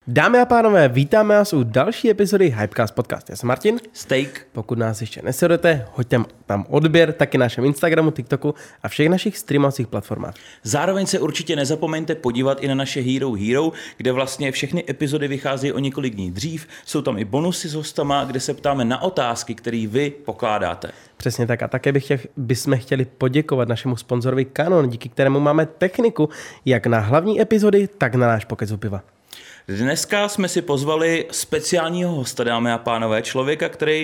Dámy a pánové, vítáme vás u další epizody Hypecast Podcast. Já jsem Martin. Steak. Pokud nás ještě nesledujete, hoďte tam odběr, taky na našem Instagramu, TikToku a všech našich streamovacích platformách. Zároveň se určitě nezapomeňte podívat i na naše Hero, kde vlastně všechny epizody vycházejí o několik dní dřív. Jsou tam i bonusy s hostama, kde se ptáme na otázky, které vy pokládáte. Přesně tak a také bychom chtěli poděkovat našemu sponzorovi Canon, díky kterému máme techniku jak na hlavní epizody, tak na náš pokec o piva. Dneska jsme si pozvali speciálního hosta, dámy a pánové, člověka, který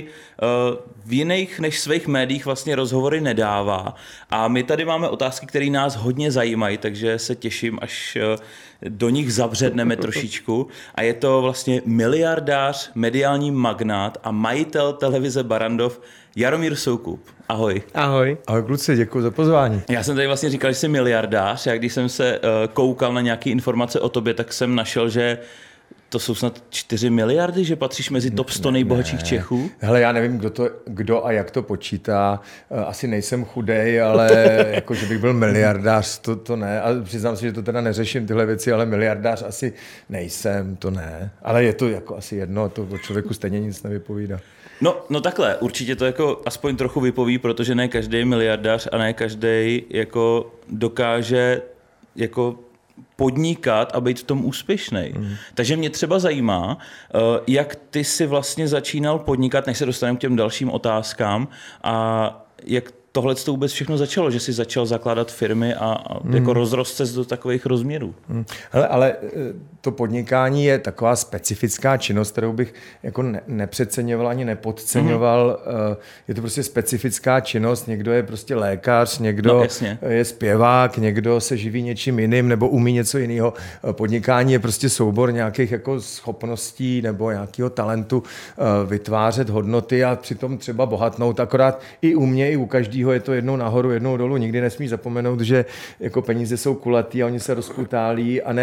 v jiných než svých médiích vlastně rozhovory nedává. A my tady máme otázky, které nás hodně zajímají, takže se těším, až do nich zabředneme trošičku. A je to vlastně miliardář, mediální magnát a majitel televize Barrandov Jaromír Soukup. Ahoj. Ahoj. Ahoj kluci, děkuji za pozvání. Já jsem tady vlastně říkal, že jsi miliardář. Já když jsem se koukal na nějaké informace o tobě, tak jsem našel, že to jsou snad 4 miliardy, že patříš mezi top 100 nejbohatších Čechů? Hele, já nevím, kdo a jak to počítá. Asi nejsem chudej, ale jako, že bych byl miliardář, to ne. A přiznám se, že to teda neřeším tyhle věci, ale miliardář asi nejsem, to ne. Ale je to jako asi jedno, to o člověku stejně nic nevypovídá. No takhle, určitě to jako aspoň trochu vypoví, protože ne každý miliardář a ne každý jako dokáže jako podnikat a být v tom úspěšnej. Takže mě třeba zajímá, jak ty si vlastně začínal podnikat, než se dostaneme k těm dalším otázkám, a jak tohle to vůbec všechno začalo, že jsi začal zakládat firmy a jako rozrost se do takových rozměrů. Hele, ale to podnikání je taková specifická činnost, kterou bych jako nepřeceňoval ani nepodceňoval. Je to prostě specifická činnost. Někdo je prostě lékař, někdo je zpěvák, někdo se živí něčím jiným nebo umí něco jiného. Podnikání je prostě soubor nějakých jako schopností nebo nějakého talentu vytvářet hodnoty a přitom třeba bohatnout. Akorát i u mě, i u každého je to jednou nahoru, jednou dolů. Nikdy nesmí zapomenout, že jako peníze jsou kulatý a oni se rozkutálí a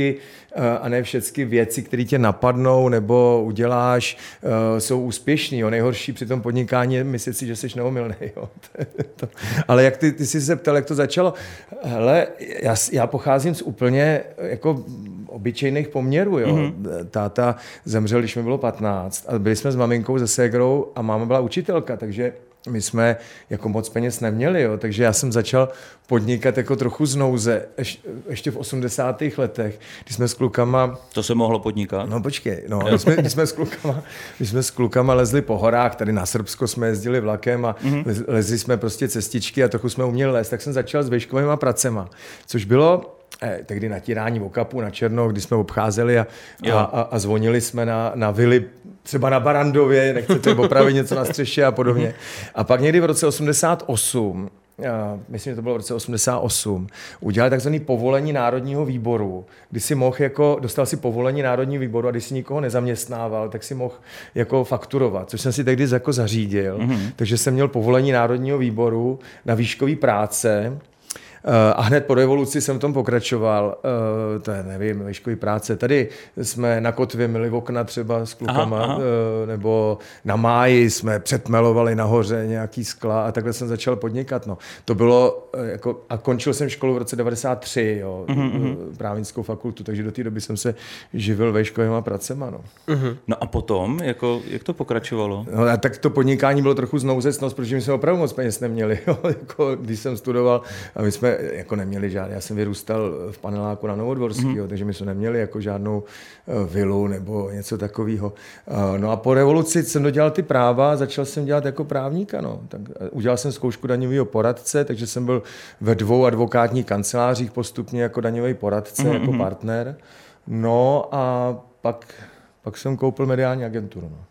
ne všechny věci, které tě napadnou nebo uděláš, jsou úspěšný. Nejhorší při tom podnikání je myslet si, že jsi neomylný. Ale jak ty jsi se ptal, jak to začalo? Hele, já pocházím z úplně jako obyčejných poměrů. Jo. Táta zemřel, když mi bylo 15 a byli jsme s maminkou, se ségrou a máma byla učitelka, takže my jsme jako moc peněz neměli, jo, takže já jsem začal podnikat jako trochu z nouze, ještě v 80. letech, když jsme s klukama... To se mohlo podnikat? No počkej, když jsme s klukama lezli po horách, tady na Srbsko jsme jezdili vlakem a lezli jsme prostě cestičky a trochu jsme uměli lézt, tak jsem začal s vejškovýma pracema, což bylo tehdy natírání okapů na černo, kdy jsme obcházeli a zvonili jsme na vily, třeba na Barrandově, nechcete opravit něco na střeše a podobně. A pak někdy v roce 88, myslím, že to bylo v roce 88, udělali takzvané povolení Národního výboru, kdy si mohl dostal si povolení Národního výboru a když si nikoho nezaměstnával, tak si mohl jako fakturovat, což jsem si tehdy jako zařídil. Takže jsem měl povolení Národního výboru na výškové práce. A hned po revoluci jsem v tom pokračoval, to je, nevím, výškový práce. Tady jsme na kotvě myli okna třeba s klukama, nebo na máji jsme předmelovali nahoře nějaký skla a takhle jsem začal podnikat. No. To bylo, jako, a končil jsem školu v roce 93, jo, právnickou fakultu, takže do té doby jsem se živil výškovýma pracema. No. No a potom, jako, jak to pokračovalo? No, a tak to podnikání bylo trochu znouzecnost, protože my jsme opravdu moc peněz neměli. Jo. Jako, když jsem studoval a my jsme jako neměli žádný, já jsem vyrůstal v paneláku na Novodvorského, takže my jsme neměli jako žádnou vilu nebo něco takového. No a po revoluci jsem dodělal ty práva, začal jsem dělat jako právníka. No. Tak udělal jsem zkoušku daňového poradce, takže jsem byl ve 2 advokátních kancelářích postupně jako daňový poradce, jako partner. No a pak jsem koupil mediální agenturu. No.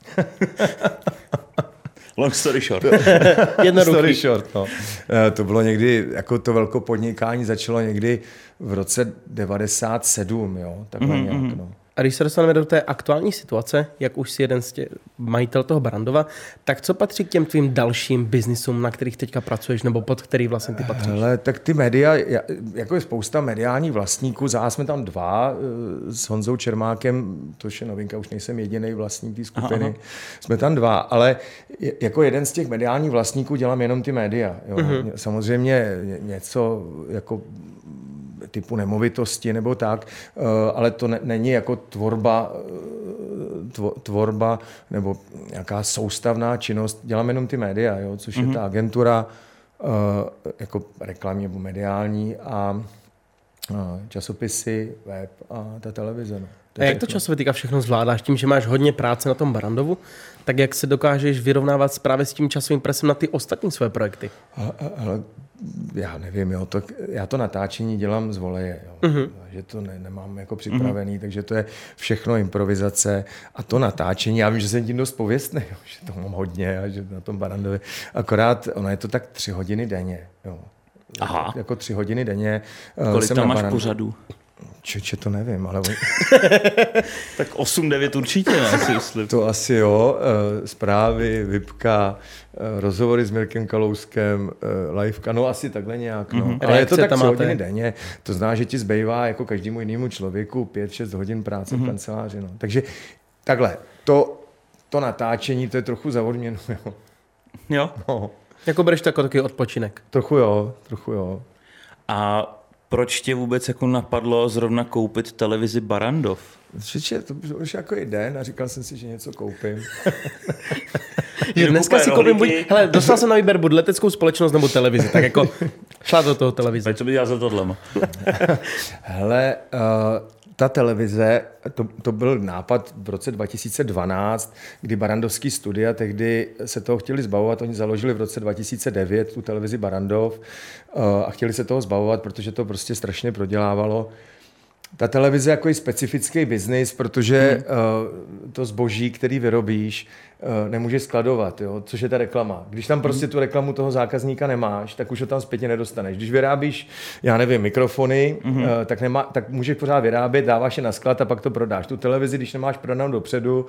Long story short. Story short, no. To bylo někdy, jako to velké podnikání začalo někdy v roce 97, jo, takhle nějak, no. A když se dostaneme do té aktuální situace, jak už si jeden z majitel toho Barrandova, tak co patří k těm tvým dalším biznisům, na kterých teďka pracuješ, nebo pod který vlastně ty patříš? Hele, tak ty média, jako je spousta mediálních vlastníků, jsme tam 2 s Honzou Čermákem, to je novinka, už nejsem jediný vlastník té skupiny, jsme tam 2, ale jako jeden z těch mediálních vlastníků dělám jenom ty média. Jo. Samozřejmě něco jako typu nemovitosti nebo tak, ale to není jako tvorba nebo nějaká soustavná činnost. Děláme jenom ty média, jo, což je ta agentura jako reklamní nebo mediální a časopisy, web a ta televize. No. A jak to časově týká všechno zvládáš? Tím, že máš hodně práce na tom Barandovu, tak jak se dokážeš vyrovnávat právě s tím časovým presem na ty ostatní své projekty? Ale já nevím, jo, já to natáčení dělám z voleje, jo, že to nemám jako připravený, takže to je všechno improvizace a to natáčení, já vím, že jsem tím dost pověstný, jo, že to mám hodně a že na tom Barandovi, akorát ono je to tak 3 hodiny denně, jo. Aha. Jako 3 hodiny denně. Kolik tam máš pořadů? Čeče, to nevím, ale... Tak 8-9 určitě, ne? Si myslím. To asi jo. Zprávy, Vipka, rozhovory s Mirkem Kalouskem, liveka, no asi takhle nějak. No. Ale je to tak 3 hodiny denně. To znamená, že ti zbývá jako každému jinému člověku 5-6 hodin práce v kanceláři. No. Takže takhle, to natáčení, to je trochu za odměnu. Jo. Jo? No. Jako bereš to jako takový odpočinek? Trochu jo. A proč tě vůbec jako napadlo zrovna koupit televizi Barandov? To už jako i den a říkal jsem si, že něco koupím. Dneska si koupím hele, dostal jsem na výběr buď leteckou společnost nebo televizi, tak jako šla do toho televize. Co by dělal za tohle? Hele, ta televize, to byl nápad v roce 2012, kdy Barandovský studia tehdy se toho chtěli zbavovat. Oni založili v roce 2009 tu televizi Barandov a chtěli se toho zbavovat, protože to prostě strašně prodělávalo. Ta televize jako je specifický biznis, protože to zboží, který vyrobíš, nemůžeš skladovat, jo? Což je ta reklama. Když tam prostě tu reklamu toho zákazníka nemáš, tak už ho tam zpětně nedostaneš. Když vyrábíš, já nevím, mikrofony, tak můžeš pořád vyrábět, dáváš je na sklad a pak to prodáš. Tu televizi, když nemáš prodanou dopředu,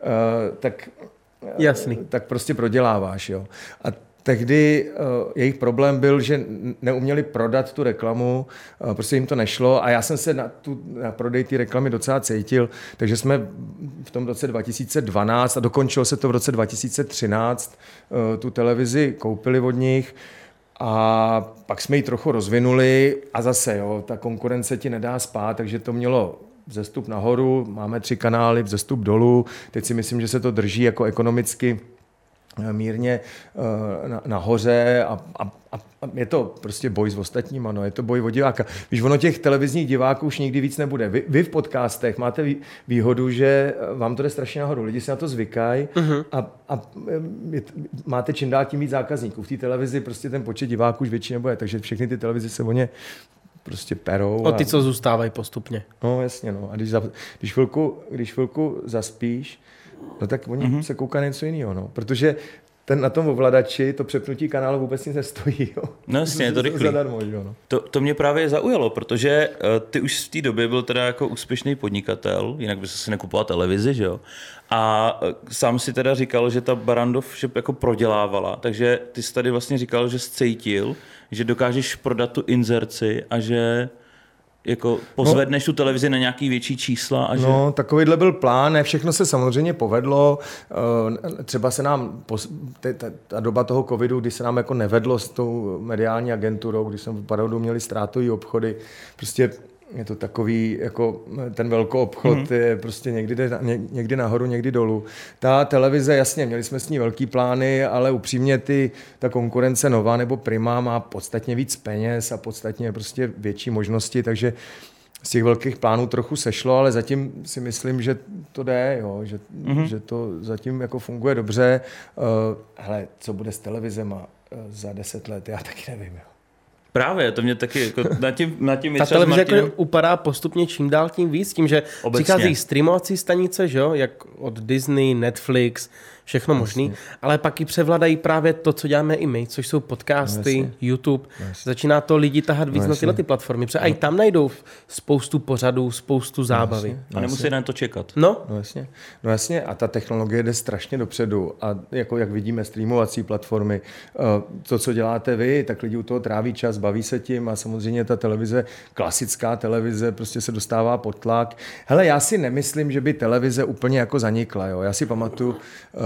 tak prostě proděláváš. Jo? A tehdy jejich problém byl, že neuměli prodat tu reklamu, prostě jim to nešlo a já jsem se na prodej té reklamy docela cítil, takže jsme v tom roce 2012 a dokončilo se to v roce 2013 tu televizi koupili od nich a pak jsme ji trochu rozvinuli a zase, jo, ta konkurence ti nedá spát, takže to mělo vzestup nahoru, máme 3 kanály, vzestup dolů, teď si myslím, že se to drží jako ekonomicky mírně nahoře a je to prostě boj s ostatníma, no, je to boj o diváka. Víš, ono těch televizních diváků už nikdy víc nebude. Vy v podcastech máte výhodu, že vám to jde strašně nahoru. Lidi si na to zvykají a máte čím dál tím víc zákazníků. V té televizi prostě ten počet diváků už větší nebude, takže všechny ty televize se o ně prostě perou. O ty, co zůstávají postupně. No jasně, no. A když chvilku zaspíš, no tak oni se koukají něco jiného, no. Protože na tom ovladači to přepnutí kanálu vůbec nic nestojí. Jo. No jasně, je to rychlý. Zadarmo, jo, no. To mě právě zaujalo, protože ty už v té době byl teda jako úspěšný podnikatel, jinak by se si nekupoval televizi, že jo? A sám si teda říkal, že ta Barandov jako prodělávala, takže ty jsi tady vlastně říkal, že jsi cítil, že dokážeš prodat tu inzerci a že jako pozvedneš tu televizi na nějaký větší čísla? A že... No, takovýhle byl plán, ne všechno se samozřejmě povedlo. Třeba se nám, ta doba toho covidu, kdy se nám jako nevedlo s tou mediální agenturou, když jsme opravdu měli ztrátový obchody, prostě je to takový, jako ten velký obchod je prostě někdy nahoru, někdy dolů. Ta televize, jasně, měli jsme s ní velký plány, ale upřímně ta konkurence Nova nebo Prima má podstatně víc peněz a podstatně prostě větší možnosti, takže z těch velkých plánů trochu sešlo, ale zatím si myslím, že to jde, jo, že to zatím jako funguje dobře. Hele, co bude s televizema za 10 let, já taky nevím, jo. Právě, to mě taky jako na tím ta televize jako upadá postupně čím dál tím víc, tím, že přicházejí streamovací stanice, že jo, jak od Disney, Netflix, všechno možný, ale pak i převládají právě to, co děláme i my, což jsou podcasty, YouTube. Začíná to lidi tahat víc na tyhle ty platformy, protože i tam najdou spoustu pořadů, spoustu zábavy. A nemusí na to čekat. No jasně, a ta technologie jde strašně dopředu a jako jak vidíme streamovací platformy, to, co děláte vy, tak lidi u toho tráví čas, baví se tím a samozřejmě ta televize, klasická televize, prostě se dostává pod tlak. Hele, já si nemyslím, že by televize úplně jako zanikla, jo. Já si pamatuju,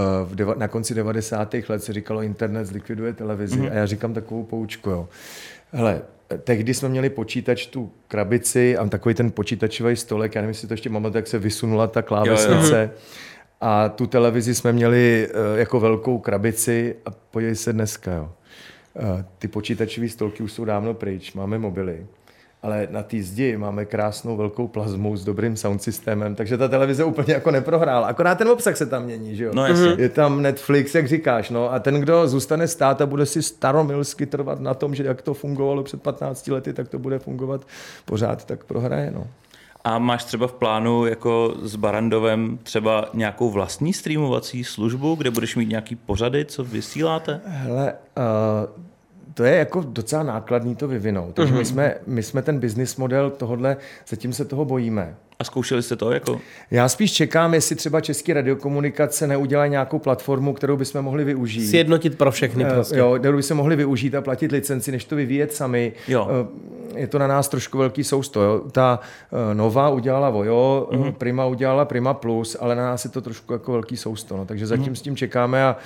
na konci 90. let se říkalo, internet zlikviduje televizi a já říkám takovou poučku, jo. Hele, tehdy jsme měli počítač, tu krabici a takový ten počítačový stolek, já nevím, jestli to ještě pamatujete, jak se vysunula ta klávesnice. A tu televizi jsme měli jako velkou krabici a podívej se dneska, jo. Ty počítačové stolky už jsou dávno pryč, máme mobily. Ale na té zdi máme krásnou velkou plazmu s dobrým sound systémem, takže ta televize úplně jako neprohrála. Akorát ten obsah se tam mění, že jo? No, jasně. Je tam Netflix, jak říkáš, no a ten, kdo zůstane stát a bude si staromilsky trvat na tom, že jak to fungovalo před 15 lety, tak to bude fungovat pořád, tak prohraje, no. A máš třeba v plánu jako s Barrandovem třeba nějakou vlastní streamovací službu, kde budeš mít nějaký pořady, co vysíláte? Hele, to je jako docela nákladný to vyvinout. Takže my jsme ten business model tohodle, zatím se toho bojíme. A zkoušeli jste to jako? Já spíš čekám, jestli třeba Český radiokomunikace neudělá nějakou platformu, kterou bychom mohli využít. Sjednotit pro všechny prostě. Jo, kterou bychom mohli využít a platit licenci, než to vyvíjet sami. Jo. Je to na nás trošku velký sousto. Jo. Ta Nova udělala Vojo, Prima udělala Prima Plus, ale na nás je to trošku jako velký sousto. No. Takže zatím s tím čekáme a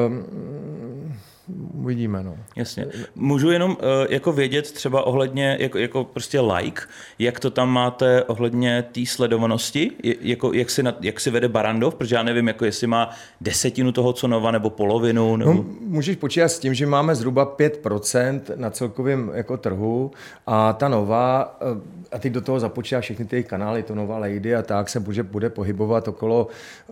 uvidíme. No. Jasně. Můžu jenom jako vědět třeba ohledně, jako prostě like, jak to tam máte ohledně té sledovanosti, jako jak si vede Barrandov, protože já nevím, jako jestli má 10% toho, co Nova, nebo polovinu. Nebo... No, můžeš počítat s tím, že máme zhruba 5% na celkovém jako trhu a ta Nova, a teď do toho započítá všechny ty kanály, to Nova Lady a tak se bude pohybovat okolo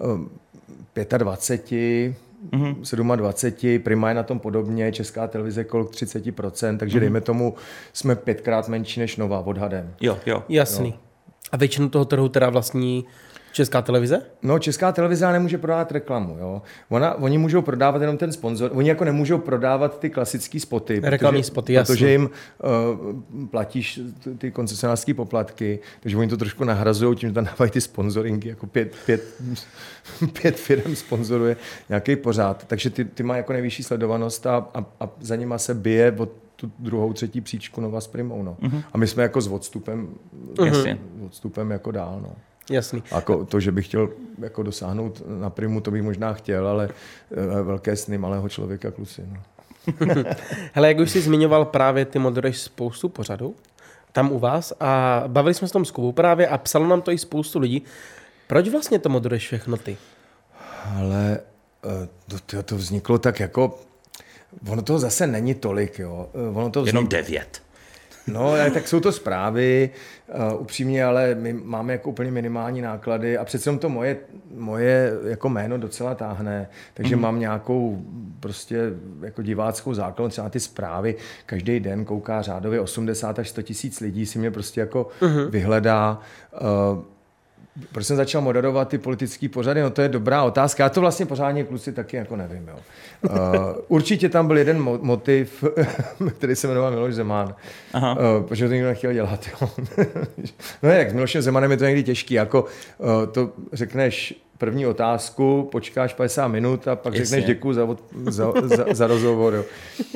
25, 27, Prima je na tom podobně, Česká televize kolem 30%, takže dejme tomu, jsme 5krát menší než Nova odhadem. Jo. Jasný. Jo. A většinu toho trhu teda vlastní Česká televize? No, Česká televize nemůže prodávat reklamu, jo. Oni můžou prodávat jenom ten sponzor, oni jako nemůžou prodávat ty klasické spoty. Reklamní spoty, jasně. Protože jim platíš ty koncesionářské poplatky, takže oni to trošku nahrazují tím, že tam dávají ty sponzoringy, jako pět firm sponzoruje nějaký pořád. Takže ty má jako nejvyšší sledovanost a za nima se bije od tu druhou, třetí příčku Nova s Primou, no. A my jsme jako s odstupem jako dál, no. Jasný. Jako to, že bych chtěl jako dosáhnout na Primu, to bych možná chtěl, ale velké sny malého člověka, kluci. No. Hele, jak už jsi zmiňoval, právě ty moderuješ spoustu pořadů tam u vás a bavili jsme se tom s Kubou právě a psalo nám to i spoustu lidí. Proč vlastně to moderuješ všechno ty? Ale to vzniklo tak jako, ono toho zase není tolik, jo. Jenom 9. No, tak jsou to zprávy, upřímně, ale my máme jako úplně minimální náklady a přece to moje jako jméno docela táhne, takže mám nějakou prostě jako diváckou základnu, třeba ty zprávy, každý den kouká řádově 80 až 100 tisíc lidí, si mě prostě jako vyhledá. Proč jsem začal moderovat ty politické pořady? No to je dobrá otázka. Já to vlastně pořádně, kluci, taky jako nevím. Jo. Určitě tam byl jeden motiv, který se jmenoval Miloš Zeman. Protože to nikdo nechtěl dělat. Jo. No jak, s Milošem Zemanem je to někdy těžký. Jako, to řekneš první otázku, počkáš 50 minut a pak řekneš děkuju za rozhovor. Jo.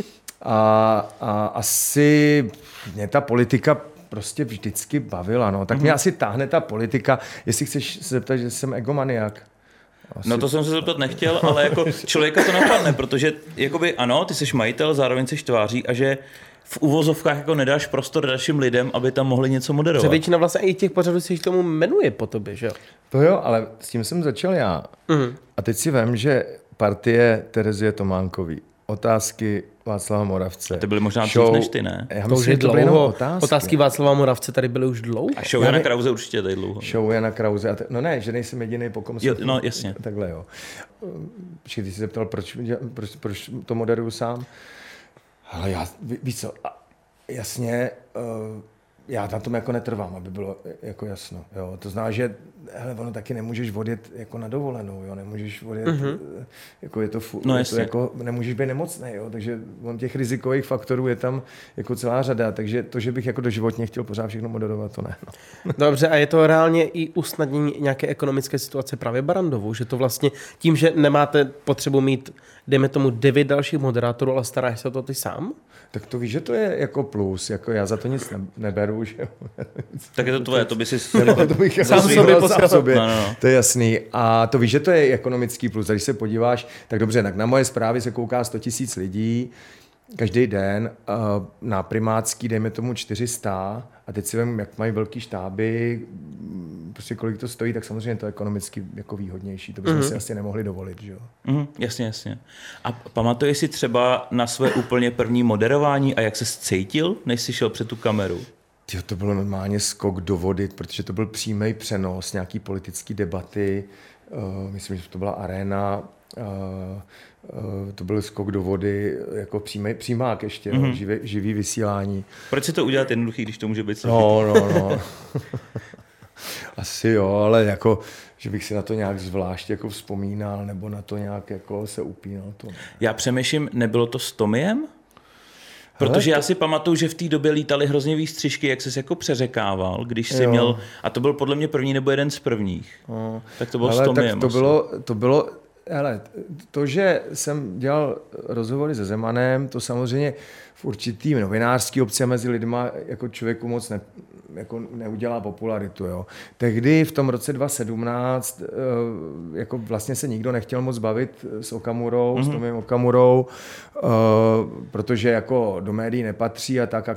A asi mě ta politika prostě vždycky bavila, no. Tak mě asi táhne ta politika, jestli chceš se zeptat, že jsem egomaniak. No to jsem se zeptat nechtěl, ale jako člověka to napadne, protože jakoby ano, ty jsi majitel, zároveň jsi tváří a že v uvozovkách jako nedáš prostor dalším lidem, aby tam mohli něco moderovat. Že většina vlastně i těch pořadů se tomu jmenuje po tobě, že jo? To jo, ale s tím jsem začal já. A teď si vem, že partie Terezie Tománkový, otázky Václava Moravce. A ty byly možná dřív než ty, ne? Já myslím, to byly jenom otázky Václava Moravce tady byly už dlouho. A show Jana Krause určitě tady dlouho. Show Jana Krause. No ne, že nejsem jediný, po kom jsem... No jasně. Takhle jo. Počkej, ty jsi zeptal, proč to moderuju sám? Ale já, víš co, jasně, já na tom jako netrvám, aby bylo jako jasno. Jo. To znamená, že hele, ono taky nemůžeš odjet jako na dovolenou, jo. Nemůžeš odjet, jako je to, to jako, nemůžeš být nemocný, jo. Takže on těch rizikových faktorů je tam jako celá řada, takže to, že bych jako doživotně chtěl pořád všechno moderovat, to ne. No. Dobře, a je to reálně i usnadnění nějaké ekonomické situace právě Barrandovu, že to vlastně tím, že nemáte potřebu mít, dejme tomu 9 dalších moderátorů, ale staráš se o to ty sám? Tak to víš, že to je jako plus, jako já za to nic neberu, že jo. Tak je to tvoje, to by si to bych sám sobě. No. To je jasný. A to víš, že to je ekonomický plus. A když se podíváš, tak dobře, tak na moje zprávy se kouká 100 000 lidí, každý den na Primátský, dejme tomu 400, a teď si vím, jak mají velký štáby, prostě kolik to stojí, tak samozřejmě to je ekonomicky jako výhodnější. To bychom si asi nemohli dovolit, že jo? Jasně. A pamatuješ si třeba na své úplně první moderování a jak se cítil, než jsi šel před tu kameru? To bylo normálně skok do vody, protože to byl přímý přenos, nějaký politický debaty, myslím, že to byla Arena, to byl skok do vody, jako přímák ještě, živý vysílání. Proč si to udělat jednoduchý, když to může být No. Asi jo, ale jako, že bych si na to nějak zvlášť jako vzpomínal, nebo na to nějak jako se upínal. To. Já přemýšlím, nebylo to s Tomiem? Protože já si pamatuju, že v té době lítaly hrozně výstřižky, jak ses jako přeřekával, když jsi měl, a to byl podle mě první nebo jeden z prvních. Tak to bylo s Tomiem. To bylo, hele, to, že jsem dělal rozhovory se Zemanem, to samozřejmě v určitý novinářský obci a mezi lidma jako člověku moc neudělá popularitu. Jo. Tehdy v tom roce 2017 jako vlastně se nikdo nechtěl moc bavit s Okamurou, s Tomiem Okamurou, protože jako do médií nepatří a tak, jak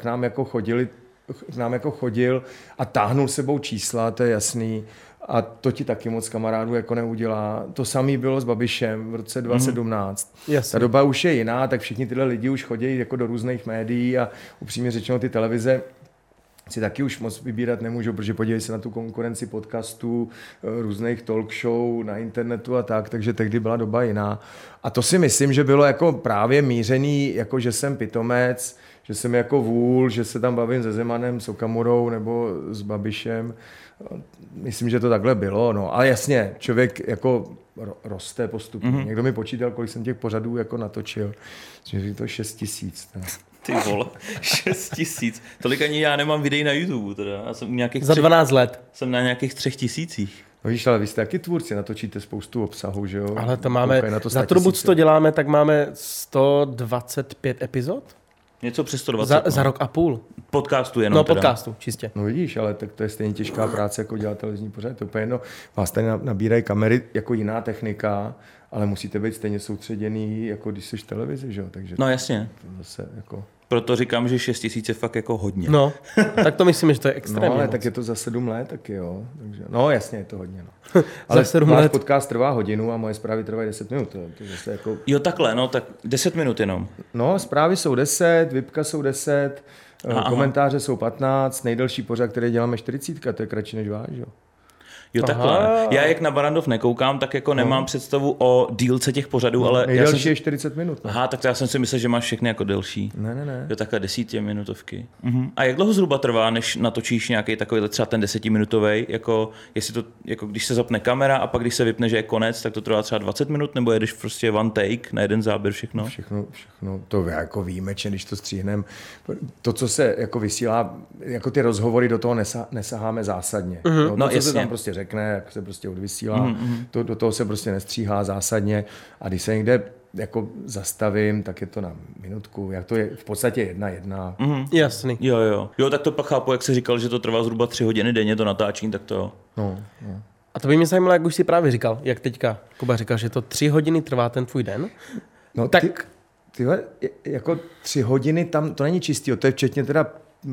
k nám jako chodil a táhnul sebou čísla, to je jasný. A to ti taky moc kamarádů jako neudělá. To samé bylo s Babišem v roce 2017. Ta doba už je jiná, tak všichni tyhle lidi už chodí jako do různých médií a upřímně řečeno ty televize si taky už moc vybírat nemůžou, protože podívej se na tu konkurenci podcastů, různých talk show na internetu a tak, takže tehdy byla doba jiná. A to si myslím, že bylo jako právě mířený, jako že jsem pitomec, že jsem jako vůl, že se tam bavím se Zemanem, s Okamurou nebo s Babišem. Myslím, že to takhle bylo, no. Ale jasně, člověk jako roste postupně. Někdo mi počítal, kolik jsem těch pořadů jako natočil. Myslím, že to 6 000. Ty vole, 6 000. Tolik ani já nemám videí na YouTube. Teda. Já jsem za 12 let. Jsem na nějakých 3 000. No víš, ale vy jste taky tvůrci, natočíte spoustu obsahu, že jo? Ale to máme, za tu dobu, co to děláme, tak máme 125 epizod? Něco přes 120. Za rok a půl. Podcastu jenom. No podcastu, čistě. No vidíš, ale tak to je stejně těžká práce, jako dělat televizní pořad. To úplně jedno. Vás tady nabírají kamery jako jiná technika, ale musíte být stejně soustředěný, jako když jsi v televizi, že jo? Takže no jasně. To zase jako... Proto říkám, že 6 000 je fakt jako hodně. No, tak to myslím, že to je extrémně. No ale moc. tak je to za 7 let taky, jo. Takže, no jasně, je to hodně, no. Ale váš podcast trvá hodinu a moje zprávy trvají 10 minut. To zase jako... Jo, takhle, no, tak 10 minut jenom. No, zprávy jsou 10, vipka jsou 10, komentáře jsou 15, nejdelší pořad, který děláme 40, to je kratší než váš, jo. Jo, takhle. Já jak na Barrandov nekoukám, tak jako nemám představu o dílce těch pořadů, ale... Nejdelší je 40 minut. No. Aha, tak to já jsem si myslel, že máš všechny jako delší. Ne. Jo, takhle 10minutovky. A jak dlouho zhruba trvá, než natočíš nějaký takový třeba ten 10minutovej, jako jestli to, jako když se zapne kamera a pak když se vypne, že je konec, tak to trvá třeba 20 minut, nebo jedeš prostě one take na jeden záběr všechno? Všechno. To je jako výjimečně, když to stříhneme. To, co se jako vysílá, jako ty rozhovory do toho nesaháme zásadně. No, co se tam prostě řekne, jak se prostě odvysílá, do toho se prostě nestříhá zásadně a když se někde jako zastavím, tak je to na minutku, jak to je v podstatě 1:1. Jasný. Jo, tak to pak chápu, jak jsi říkal, že to trvá zhruba 3 hodiny denně to natáčení, tak to jo. No. A to by mě zajímalo, jak už jsi právě říkal, jak teďka Kuba říkal, že to 3 hodiny trvá ten tvůj den. No tak... Tyhle, jako 3 hodiny tam, to není čistý, to je včetně teda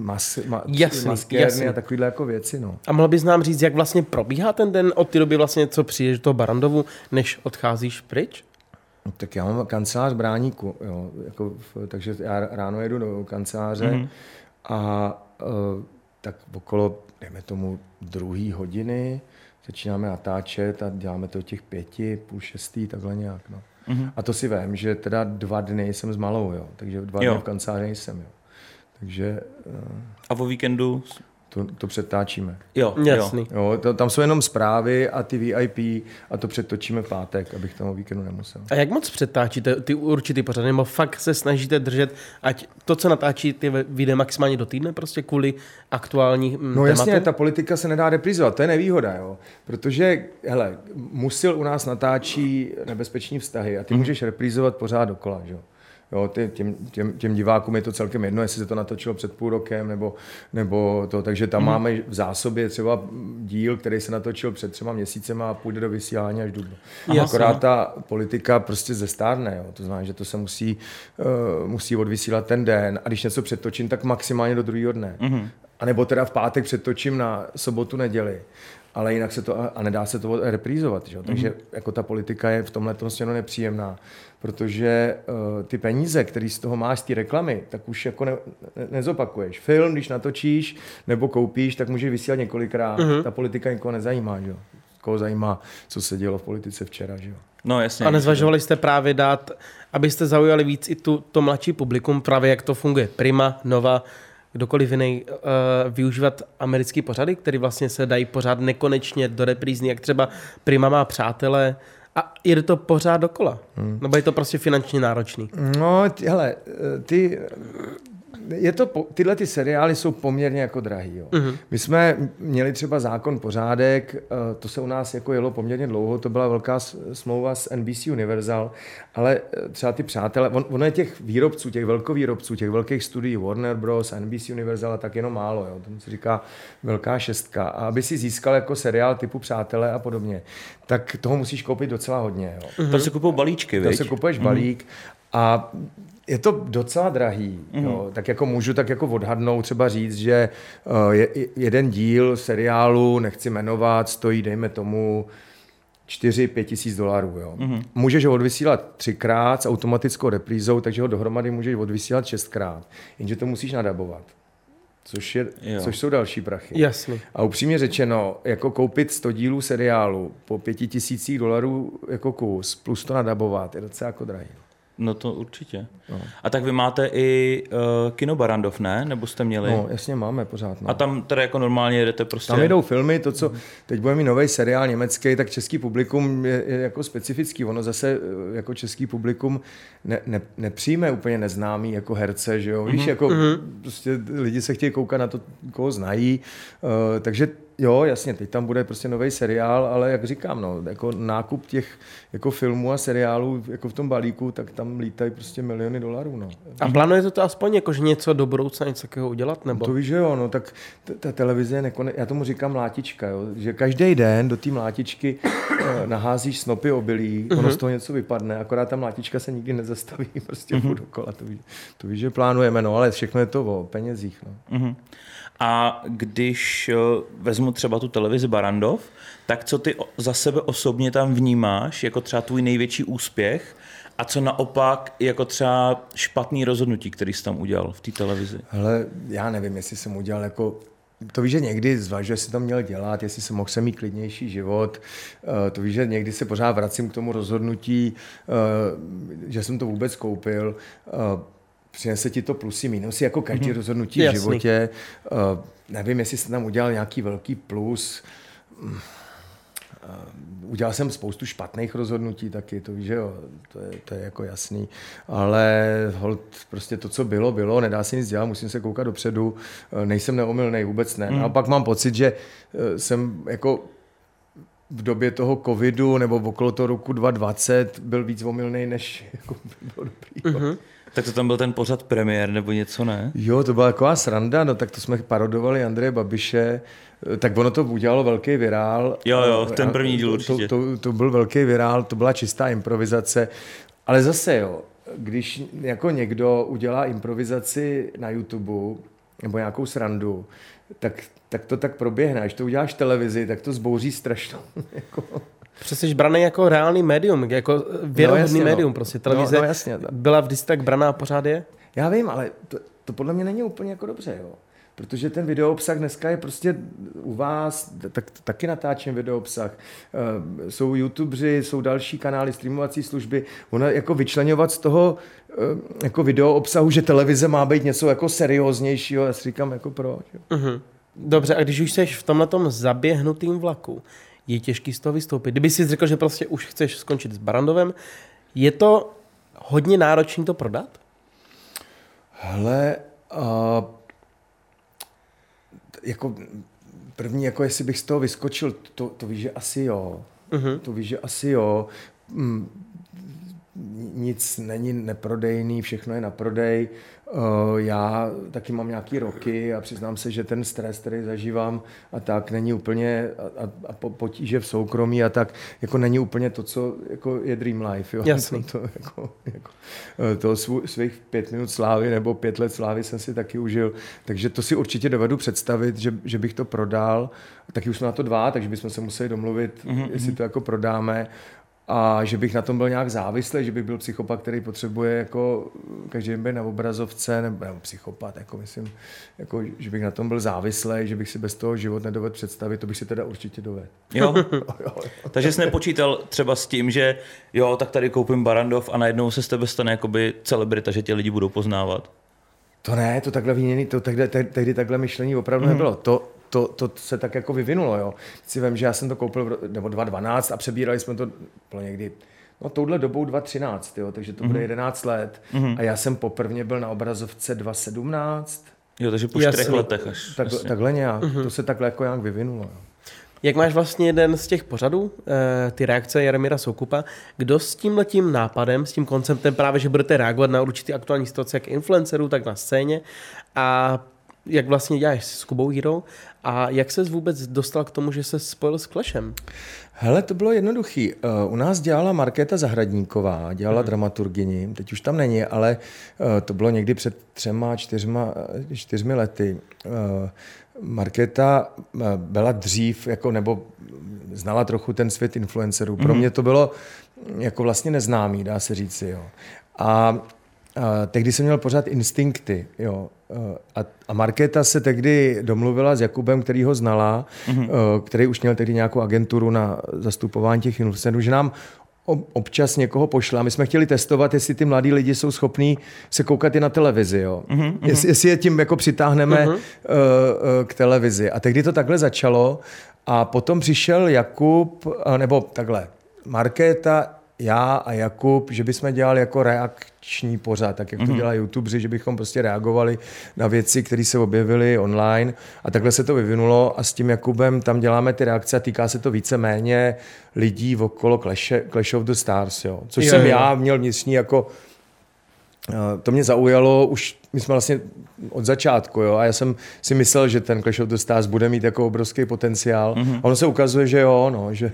maskérny a takovýhle jako věci. No. A mohl bys nám říct, jak vlastně probíhá ten den od té doby vlastně, co přijdeš do toho Barrandovu, než odcházíš pryč? No, tak já mám kancelář Bráníku, jo, jako takže já ráno jedu do kanceláře a tak okolo, dejme tomu 2 hodiny, začínáme natáčet a děláme to od těch 5, půl 6, takhle nějak. No. A to si vím, že teda 2 dny jsem s malou, jo, takže 2 dny v kanceláři nejsem, jo. Takže... A o víkendu? To přetáčíme. Jo, jasný. Jo, tam jsou jenom zprávy a ty VIP a to přetočíme v pátek, abych tam o víkendu nemusel. A jak moc přetáčíte ty určitý pořady? Nebo fakt se snažíte držet, ať to, co natáčíte, vyjde maximálně do týdne, prostě kvůli aktuální tématu? No jasně, ta politika se nedá reprizovat, to je nevýhoda, jo. Protože, hele, Musil u nás natáčí Nebezpečný vztahy a ty můžeš reprizovat pořád dokola, jo. Jo, těm divákům je to celkem jedno, jestli se to natočilo před půl rokem, nebo to, takže tam máme v zásobě třeba díl, který se natočil před 3 měsícema a půjde do vysílání až dubna. Akorát ta politika prostě zestárne, jo. To znamená, že to se musí odvysílat ten den a když něco přetočím, tak maximálně do druhého dne. A nebo teda v pátek přetočím na sobotu, neděli. Ale jinak se to, a nedá se to reprízovat. Že? Takže jako ta politika je v tomhle směru nepříjemná, protože ty peníze, které z toho máš, z té reklamy, tak už jako nezopakuješ. Film, když natočíš nebo koupíš, tak můžeš vysílat několikrát. Ta politika nikoho nezajímá. Že? Koho zajímá, co se dělo v politice včera. Že? No, jasně. A nezvažovali jste právě dát, abyste zaujali víc i to mladší publikum, právě jak to funguje. Prima, Nova, kdokoliv jiný, využívat americký pořady, které vlastně se dají pořád nekonečně do reprízny, jak třeba Prima má Přátelé a jde to pořád dokola. Nebo je to prostě finančně náročný? No, hele, tyhle ty seriály jsou poměrně jako drahý. Jo. My jsme měli třeba Zákon pořádek, to se u nás jako jelo poměrně dlouho, to byla velká smlouva s NBC Universal, ale třeba ty Přátelé, ono je těch výrobců, těch velkovýrobců, těch velkých studií Warner Bros, NBC Universal, tak jenom málo, jo. Tomu se říká velká šestka. A aby si získal jako seriál typu Přátelé a podobně, tak toho musíš koupit docela hodně. Jo. To se kupují balíčky, viď? To se kupuješ balík a je to docela drahý, jo. Tak jako můžu tak jako odhadnout, třeba říct, že jeden díl seriálu, nechci jmenovat, stojí, dejme tomu, 4-5 tisíc $. Jo. Můžeš ho odvysílat 3krát s automatickou reprízou, takže ho dohromady můžeš odvysílat 6krát, jenže to musíš nadabovat. Což jsou další prachy. Jasně. A upřímně řečeno, jako koupit 100 dílů seriálu po $5,000 jako kus, plus to nadabovat, je docela jako drahý. No to určitě. No. A tak vy máte i kino Barrandov, ne? Nebo jste měli? No, jasně máme pořád. No. A tam teda jako normálně jedete prostě... Tam jdou filmy, to, co teď bude mít nový seriál německý, tak český publikum je jako specifický. Ono zase jako český publikum nepřijme úplně neznámý jako herce, že jo? Víš, jako prostě lidi se chtějí koukat na to, koho znají, takže jo, jasně, teď tam bude prostě nový seriál, ale jak říkám, no, jako nákup těch jako filmů a seriálů jako v tom balíku, tak tam lítají prostě miliony $. No. A plánujete to aspoň jakože něco do budoucna, něco takového udělat? Nebo? To víš, že jo, no, tak ta televize je já tomu říkám mlátička, jo, že každý den do té mlátičky naházíš snopy obilí, ono z toho něco vypadne, akorát ta mlátička se nikdy nezastaví, prostě dokola, to víš, že plánujeme, no, ale všechno je to o penězích, no. A když vezmu třeba tu televizi Barrandov, tak co ty za sebe osobně tam vnímáš jako třeba tvůj největší úspěch a co naopak jako třeba špatný rozhodnutí, který jsi tam udělal v té televizi? Hele, já nevím, jestli jsem udělal jako... To víš, že někdy zvažuji, jestli to měl dělat, jestli jsem mohl mít klidnější život. To víš, že někdy se pořád vracím k tomu rozhodnutí, že jsem to vůbec koupil. Přinese ti to plusy, minusy, jako každý rozhodnutí v životě. Nevím, jestli jsem tam udělal nějaký velký plus. Udělal jsem spoustu špatných rozhodnutí taky, to víš, že jo, to je jako jasný. Ale holt, prostě to, co bylo, nedá se nic dělat, musím se koukat dopředu, nejsem neomylnej, vůbec ne. A pak mám pocit, že jsem jako v době toho covidu nebo okolo toho roku 2020 byl víc omylnej, než jako bylo dobrý. Tak to tam byl ten pořad Premiér nebo něco, ne? Jo, to byla taková sranda, no tak to jsme parodovali Andreje Babiše, tak ono to udělalo velký virál. Jo, ten první díl určitě. To byl velký virál, to byla čistá improvizace, ale zase jo, když jako někdo udělá improvizaci na YouTube nebo nějakou srandu, tak to tak proběhne. Až to uděláš v televizi, tak to zbouří strašnou. Přesně jsi braný jako reálný médium, jako věrohodný médium. Prostě televize jasně, byla vždycky tak braná a pořád je? Já vím, ale to podle mě není úplně jako dobře, jo. Protože ten videoobsah dneska je prostě u vás, taky natáčím videoobsah. Jsou YouTubeři, jsou další kanály, streamovací služby. Ono jako vyčleňovat z toho jako videoobsahu, že televize má být něco jako serióznějšího, já si říkám jako proč. Dobře, a když už jsi v tomhletom zaběhnutým vlaku, je těžký z toho vystoupit. Kdyby jsi řekl, že prostě už chceš skončit s Barrandovem, je to hodně náročné to prodat? Hele, jako první, jako jestli bych z toho vyskočil, to víš, že asi jo. To víš, že asi jo. nic není neprodejný, všechno je na prodej. Já taky mám nějaký roky a přiznám se, že ten stres, který zažívám a tak není úplně a potíže v soukromí a tak jako není úplně to, co jako je dream life. Jo? Jasný. To svých 5 minut slávy nebo 5 let slávy jsem si taky užil, takže to si určitě dovedu představit, že bych to prodal. Taky už jsme na to 2, takže bychom se museli domluvit, jestli to jako prodáme. A že bych na tom byl nějak závislý, že bych byl psychopat, který potřebuje jako každý den být na obrazovce, nebo psychopat, jako myslím, jako, že bych na tom byl závislý, že bych si bez toho život nedovedl představit, to bych si teda určitě dovedl. Jo. Takže jsi nepočítal třeba s tím, že jo, tak tady koupím Barrandov a najednou se z tebe stane jakoby celebrita, že tě lidi budou poznávat? To ne, to takhle viněný, tehdy takhle myšlení opravdu nebylo. To se tak jako vyvinulo, jo. Si vím, že já jsem to koupil nebo 2012 a přebírali jsme to někdy, no touhle dobou 2013, jo, takže to bude 11 let. A já jsem poprvé byl na obrazovce 2017. Jo, takže po 4 letech až. Takhle nějak, to se takhle jako nějak vyvinulo, jo. Jak máš vlastně jeden z těch pořadů, ty reakce Jaromíra Soukupa, kdo s tímhletím nápadem, s tím konceptem právě, že budete reagovat na určitý aktuální situace jak influencerů, tak na scéně a jak vlastně děláš s Kubou Hero a jak ses vůbec dostal k tomu, že se spojil s Clashem? Hele, to bylo jednoduchý. U nás dělala Markéta Zahradníková, dělala dramaturgyni, teď už tam není, ale to bylo někdy před 3-4 lety. Markéta byla dřív, jako, nebo znala trochu ten svět influencerů. Pro mě to bylo jako vlastně neznámý, dá se říci. Jo. A tehdy jsem měl pořád Instinkty. Jo. A Markéta se tehdy domluvila s Jakubem, který ho znala, který už měl tehdy nějakou agenturu na zastupování těch influencerů, že nám občas někoho pošle. A my jsme chtěli testovat, jestli ty mladí lidi jsou schopní se koukat i na televizi. Jo. Jestli je tím jako přitáhneme k televizi. A tehdy to takhle začalo. A potom přišel Jakub, nebo takhle, Markéta, já a Jakub, že bychom dělali jako reakční pořad, tak jak to dělají YouTubeři, že bychom prostě reagovali na věci, které se objevily online a takhle se to vyvinulo a s tím Jakubem tam děláme ty reakce a týká se to víceméně lidí okolo Clash of the Stars, jo. Což jsem já měl vnitřní jako, to mě zaujalo, už my jsme vlastně od začátku, jo, a já jsem si myslel, že ten Clash of the Stars bude mít jako obrovský potenciál a ono se ukazuje, že jo, no, že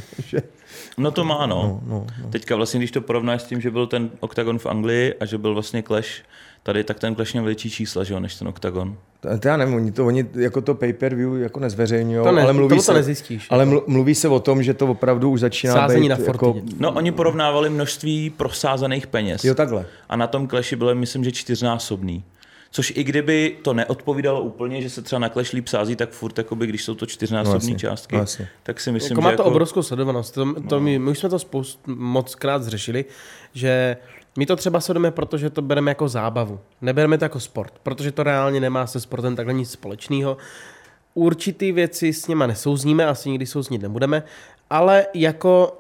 No to má, no. Teďka vlastně, když to porovnáš s tím, že byl ten Octagon v Anglii a že byl vlastně Clash tady, tak ten Clash měl větší čísla, že jo, než ten Octagon. To já nevím, oni jako to pay-per-view jako nezveřejňují, ale to nezjistíš. Ale mluví se o tom, že to opravdu už začíná sázení být na jako... No, oni porovnávali množství prosázaných peněz. Jo, takhle. A na tom Clashi bylo, myslím, že 4násobný. Což i kdyby to neodpovídalo úplně, že se třeba na Clash líp sází, tak furt, jakoby, když jsou to 4násobné částky, tak si myslím, jako že... Má to obrovskou sledovanost. My už jsme to mockrát zřešili, že my to třeba sledujeme, protože to bereme jako zábavu. Nebereme to jako sport, protože to reálně nemá se sportem takhle nic společného. Určitý věci s nima nesouzníme, asi nikdy souznit nebudeme, ale jako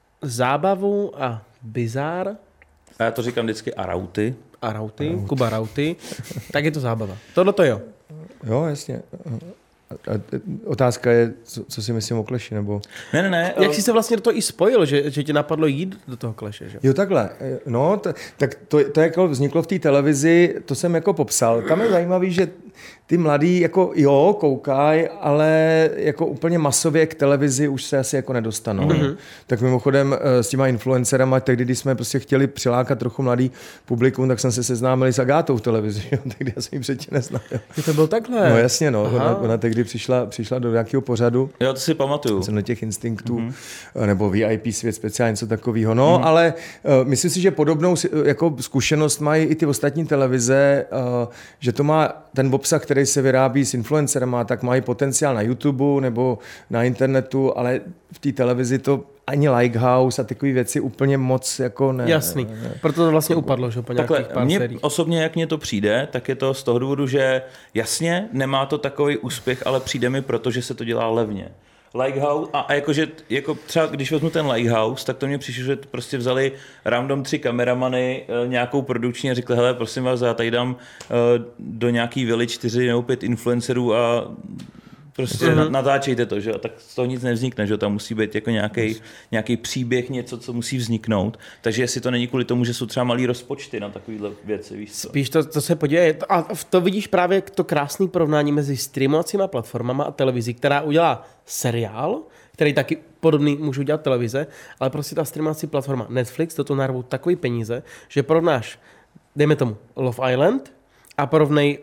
zábavu a bizár... A já to říkám vždycky Arauty, Kuba Rauty, tak je to zábava. Tohle to jo. Jo, jasně. A otázka je, co si myslím o Clashi, nebo... Ne. Jak jsi se vlastně do toho i spojil, že tě napadlo jít do toho Clashe, že? Jo, takhle. No, tak to jako vzniklo v té televizi, to jsem jako popsal. Tam je zajímavý, že ty mladí jako jo, koukají, ale jako úplně masově k televizi už se asi jako nedostanou. Tak mimochodem s těma influencerama, tehdy, když jsme prostě chtěli přilákat trochu mladý publikum, tak jsem se seznámili s Agátou v televizi. Tehdy já jsem ji předtím neznal. To byl takhle? No jasně, no. Ona tehdy přišla do nějakého pořadu. Jo, to si pamatuju. Jsem do těch Instinktů, nebo VIP svět speciálně, něco takového. No, ale myslím si, že podobnou jako zkušenost mají i ty ostatní televize, že to má ten obsah, který se vyrábí s influencerama, tak mají potenciál na YouTube nebo na internetu, ale v té televizi to ani Likehouse a takové věci úplně moc jako ne. Jasný, proto to vlastně upadlo, že po nějakých pár sériích. Osobně, jak mně to přijde, tak je to z toho důvodu, že jasně, nemá to takový úspěch, ale přijde mi, protože se to dělá levně. Likehouse, a jakože, jako třeba když vezmu ten Likehouse, tak to mně přišlo, že prostě vzali random 3 kameramany, nějakou produkční a řekli, hele, prosím vás, já tady dám do nějaký vily 4 nebo 5 influencerů a prostě natáčejte to, že jo, tak z toho nic nevznikne, že tam musí být jako nějaký příběh, něco, co musí vzniknout, takže jestli to není kvůli tomu, že jsou třeba malý rozpočty na takovýhle věci, víš co? Spíš to se podívej, a to vidíš právě to krásné porovnání mezi streamovacíma platformama a televizí, která udělá seriál, který taky podobný můžu dělat televize, ale prostě ta streamovací platforma Netflix do toho narvou takový peníze, že porovnáš, dejme tomu, Love Island a porovnej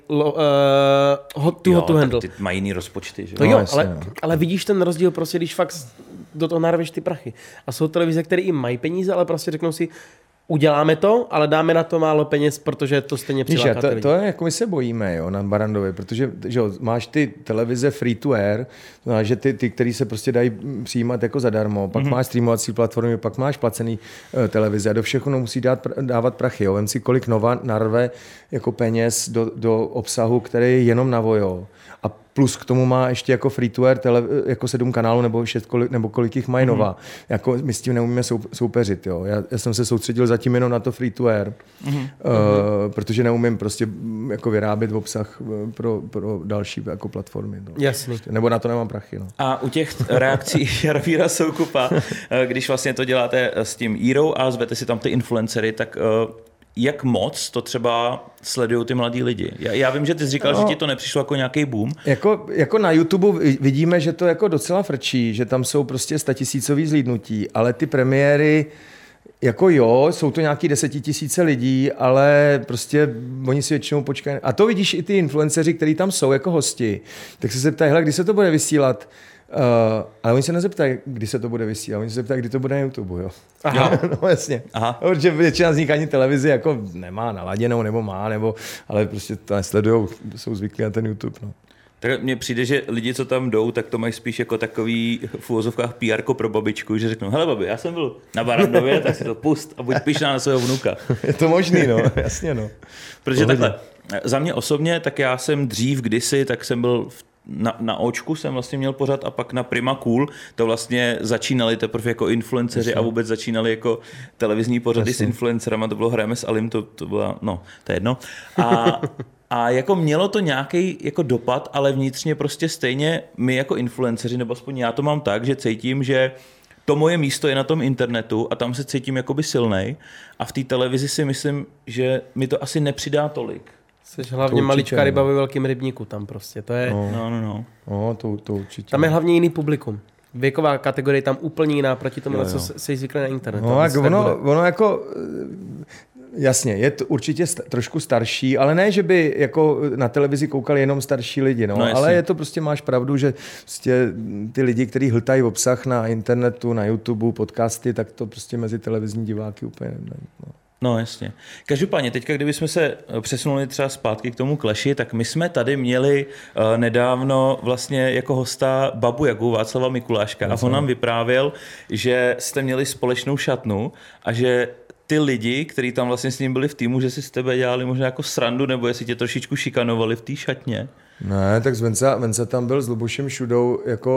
Hot to Handle. Ty mají jiný rozpočty, že? To jo, ale vidíš ten rozdíl prostě, když fakt do toho narveš ty prachy. A jsou televize, které i mají peníze, ale prostě řeknou si, uděláme to, ale dáme na to málo peněz, protože to stejně přiláká lidi. To je, jako my se bojíme, jo, na Barrandově, protože že jo, máš ty televize free to air, to znamená, že ty který se prostě dají přijímat jako zadarmo, pak máš streamovací platformy, pak máš placený televize a do všechno musí dávat prachy. Jo. Vem si, kolik Nova narve jako peněz do obsahu, který je jenom na Vojo. A plus k tomu má ještě jako free to air jako 7 kanálů nebo kolik jich mají Nova. Jako my s tím neumíme soupeřit. Jo. Já jsem se soustředil zatím jenom na to free to air, protože neumím prostě jako vyrábět obsah pro další jako platformy. No. Jasný. Nebo na to nemám prachy. No. A u těch reakcí Jaromíra Soukupa, když vlastně to děláte s tím Jirou a zvete si tam ty influencery, tak jak moc to třeba sledují ty mladí lidi? Já vím, že ty jsi říkal, že ti to nepřišlo jako nějaký boom. Jako na YouTube vidíme, že to jako docela frčí, že tam jsou prostě 100 000 zhlídnutí, ale ty premiéry jako jo, jsou to nějaký 10 000 lidí, ale prostě oni si většinou počkají. A to vidíš i ty influenceři, kteří tam jsou jako hosti. Tak se zeptají, hele, kdy se to bude vysílat? Ale oni se nezeptají, kdy se to bude vysílat, oni se zeptají, kdy to bude na YouTube, jo. Aha. No jasně. Aha. Protože většina z nich ani televizi jako nemá naladěnou, nebo má, ale prostě to nesledujou, jsou zvyklí na ten YouTube, no. Tak mně přijde, že lidi, co tam jdou, tak to mají spíš jako takový v uvozovkách PR pro babičku, že řeknou, hele babi, já jsem byl na Barrandově, tak si to pust a buď pyšná na svého vnuka. Je to možný, no, jasně, no. Protože takhle, za mě osobně, tak já jsem kdysi, tak jsem byl na Očku jsem vlastně měl pořad a pak na Prima Cool, to vlastně začínali teprve jako influenceři a vůbec začínali jako televizní pořady s influencerama, to bylo Hrajeme s Alim, to bylo, no, to je jedno. A jako mělo to nějaký jako dopad, ale vnitřně prostě stejně my jako influenceři, nebo aspoň já to mám tak, že cítím, že to moje místo je na tom internetu a tam se cítím jakoby silnej a v té televizi si myslím, že mi to asi nepřidá tolik. Jsi hlavně maličká ryba ve velkým rybníku tam prostě, to je... No, to určitě. Tam je hlavně jiný publikum. Věková kategorie je tam úplně jiná proti tomu, na co jsi zvyklý na internetu. No, ono jako... Jasně, je to určitě trošku starší, ale ne, že by jako na televizi koukali jenom starší lidi, no ale je to prostě, máš pravdu, že prostě ty lidi, kteří hltají obsah na internetu, na YouTube, podcasty, tak to prostě mezi televizní diváky úplně No jasně. Každopádně, teďka, kdybychom se přesunuli třeba zpátky k tomu Clashi, tak my jsme tady měli nedávno vlastně jako hosta Babu Jagu, Václava Mikuláška, a on nám vyprávěl, že jste měli společnou šatnu a že ty lidi, kteří tam vlastně s ním byli v týmu, že si z tebe dělali možná jako srandu, nebo jestli tě trošičku šikanovali v té šatně? Ne, tak Venca tam byl s Lubošem Šudou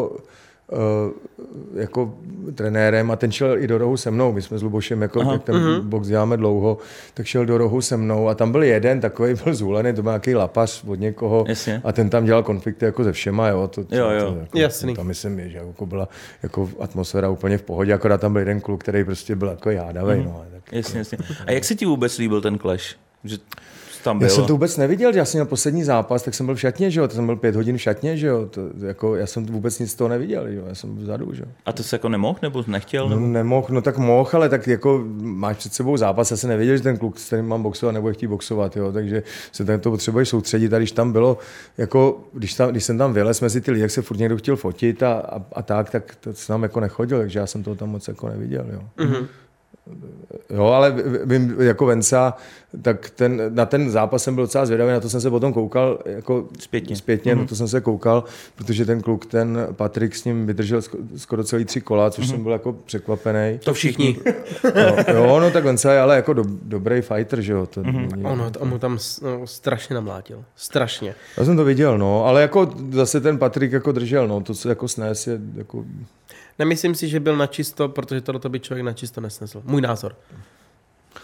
jako trenérem a ten šel i do rohu se mnou. My jsme s Lubošem, jak ten box děláme dlouho, tak šel do rohu se mnou a tam byl jeden takový, byl zůlený, to byl nějaký lapař od někoho. Jasně. A ten tam dělal konflikty jako se všema, jo. Jasný. Tam myslím, že jako byla jako atmosféra úplně v pohodě, akorát tam byl jeden kluk, který prostě byl jako jádavej. No, tak jasně. A jak se ti vůbec líbil ten Clash? Že tam já jsem to vůbec neviděl, já jsem měl poslední zápas, tak jsem byl v šatně, že jo, to jsem byl 5 hodin v šatně, že jo, jako, já jsem vůbec nic z toho neviděl, že jo, já jsem vzadu, že jo. A to se jako nemohl, nebo nechtěl? No, nemohl, no tak mohl, ale tak jako máš před sebou zápas, já jsem nevěděl, že ten kluk, s kterým mám boxovat, nebude chtít boxovat, jo, takže se to potřebuješ soustředit a když tam bylo, jako, když jsem tam vylez mezi ty lidi, jak se furt někdo chtěl fotit a tak to jsem tam jako nechodil, takže já jsem toho tam moc jako neviděl, jo. Mm-hmm. Jo, ale vím, jako Venca, tak na ten zápas jsem byl docela zvědavý, na to jsem se potom koukal, jako zpětně na to jsem se koukal, protože ten kluk, ten Patrik s ním vydržel skoro celý 3 kola, což jsem byl jako překvapený. To všichni. No, tak Venca je ale jako dobrý fighter, že jo. On mu tam strašně namlátil. Strašně. Já jsem to viděl, no, ale jako zase ten Patrik jako držel, no, to, co jako snes je jako... Nemyslím si, že byl načisto, protože tohle by člověk načisto nesnesl. Můj názor.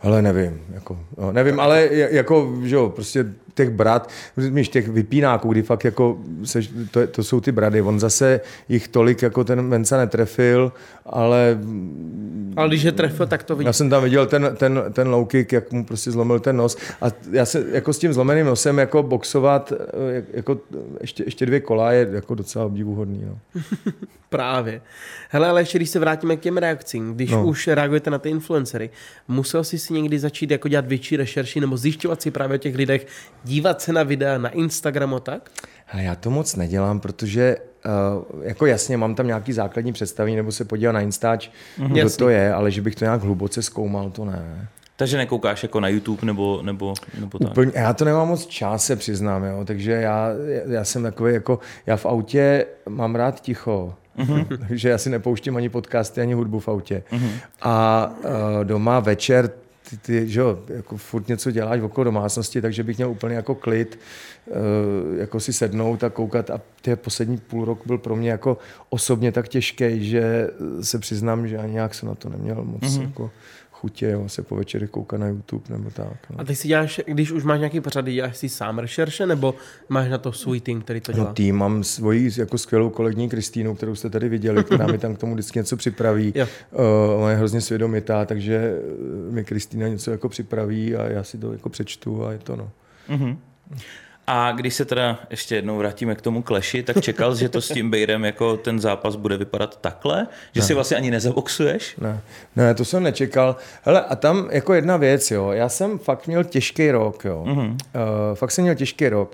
Ale nevím, nevím, ale jako, že jo, prostě těch brat, těch vypínáků, kdy fakt jako, to jsou ty brady, on zase jich tolik jako ten Venca netrefil, ale když je trefil, tak to vidí. Já jsem tam viděl ten low kick, jak mu prostě zlomil ten nos a já se jako s tím zlomeným nosem jako boxovat jako ještě 2 kola je jako docela obdivuhodný. No. Právě. Hele, ale ještě když se vrátíme k těm reakcím, když už reagujete na ty influencery, musel jsi si někdy začít jako dělat větší rešerši nebo zjišťovat si právě o těch lidech, dívat se na videa na Instagramu tak? Ale já to moc nedělám, protože jako jasně, mám tam nějaký základní představení, nebo se podívat na Instač, kdo to je, ale že bych to nějak hluboce zkoumal, to ne. Takže nekoukáš jako na YouTube nebo tak? Úplně, já to nemám moc čas, se přiznám, jo, takže já jsem takový jako, já v autě mám rád ticho, takže já si nepouštím ani podcasty, ani hudbu v autě. A doma večer ty že jo, jako furt něco děláš okolo domácnosti, takže bych měl úplně jako klid, jako si sednout a koukat a ty poslední půl rok byl pro mě jako osobně tak těžký, že se přiznám, že ani nějak jsem na to neměl moc jako chutě, jo, se po večerech koukat na YouTube nebo tak. No. A ty si děláš, když už máš nějaký pořady, děláš si sám rešerše, nebo máš na to svůj tým, který to dělá? No tým, mám svoji jako skvělou kolegyni Kristýnu, kterou jste tady viděli, která mi tam k tomu vždycky něco připraví. Ona je hrozně svědomitá, takže mi Kristýna něco jako připraví a já si to jako přečtu a je to no. A když se teda ještě jednou vrátíme k tomu Clashi, tak čekal, že to s tím Bayrem jako ten zápas bude vypadat takhle? Že si vlastně ani nezaboxuješ? Ne, to jsem nečekal. Hele, a tam jako jedna věc, jo, já jsem fakt měl těžký rok, jo. Fakt jsem měl těžký rok.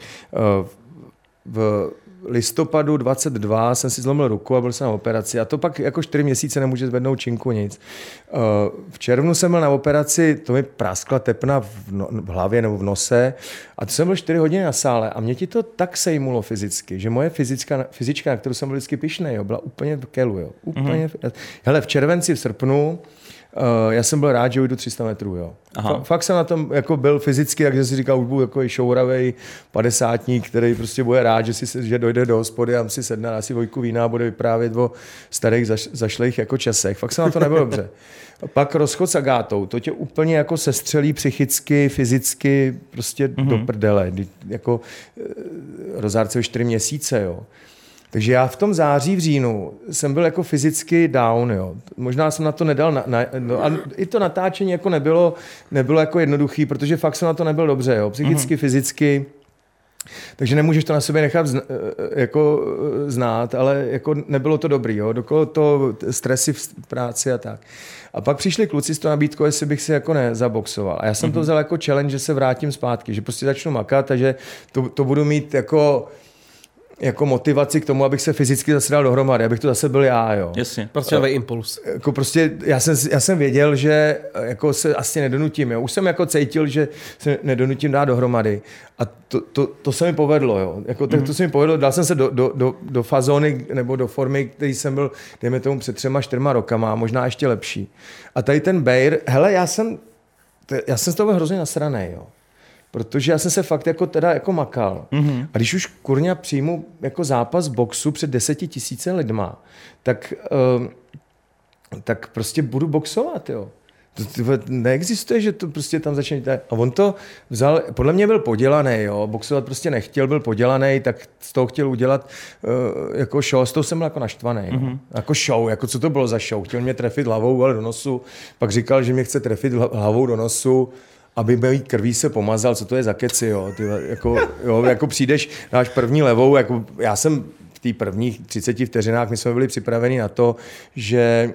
V listopadu 22 jsem si zlomil ruku a byl jsem na operaci a to pak jako 4 měsíce nemůže zvednout činku nic. V červnu jsem byl na operaci, to mi praskla tepna v hlavě nebo v nose a to jsem byl 4 hodiny na sále a mě ti to tak sejmulo fyzicky, že moje fyzička, na kterou jsem byl vždycky pyšnej, jo, byla úplně v kelu. Jo. Úplně Hele, v červenci, v srpnu já jsem byl rád, že ujdu 300 metrů. Jo. Fakt jsem na tom jako byl fyzicky, takže si říkal, už budu jako šouravej 50-tník, který prostě bude rád, že dojde do hospody a si sedne, dá si vojku vína a bude vyprávět o starých zašlých jako časech. Fakt jsem na to nebyl dobře. Pak rozchod s Agátou, to tě úplně jako sestřelí psychicky, fyzicky prostě do prdele. Jako rozárce 4 měsíce, jo. Takže já v tom září, v říjnu jsem byl jako fyzicky down, jo. Možná jsem na to nedal, a i to natáčení jako nebylo jako jednoduchý, protože fakt jsem na to nebyl dobře, jo. Psychicky, fyzicky. Takže nemůžeš to na sobě nechat jako znát, ale jako nebylo to dobrý, jo. Dokolo to stresy v práci a tak. A pak přišli kluci s to nabídkou, jestli bych si jako nezaboxoval. A já jsem to vzal jako challenge, že se vrátím zpátky, že prostě začnu makat a že to budu mít jako motivaci k tomu, abych se fyzicky zase dal dohromady, abych to zase byl já, jo. Jasně. Prostě nový impuls. Jako prostě já jsem věděl, že jako se asi nedonutím, jo. Už jsem jako cítil, že se nedonutím dát dohromady. A to se mi povedlo, jo. Jako to se mi povedlo, dal jsem se do fazóny nebo do formy, který jsem byl, dejme tomu před 3-4 rokama, možná ještě lepší. A tady ten Bayr, hele, já jsem z toho hrozně nasranej, jo. Protože já jsem se fakt jako makal. A když už kurňa přijmu jako zápas boxu před 10 000 lidma, tak prostě budu boxovat, jo. To neexistuje, že to prostě tam začne. A on to vzal, podle mě byl podělaný, jo. Boxovat prostě nechtěl, byl podělaný, tak z toho chtěl udělat jako show. Z toho jsem byl jako naštvaný. Jako show, jako co to bylo za show. Chtěl mě trefit hlavou, ale do nosu. Pak říkal, že mě chce trefit hlavou do nosu, aby mojí krví se pomazal, co to je za keci, jo. Ty, jako přijdeš, dáš první levou, jako já jsem v té prvních 30 vteřinách, my jsme byli připraveni na to, že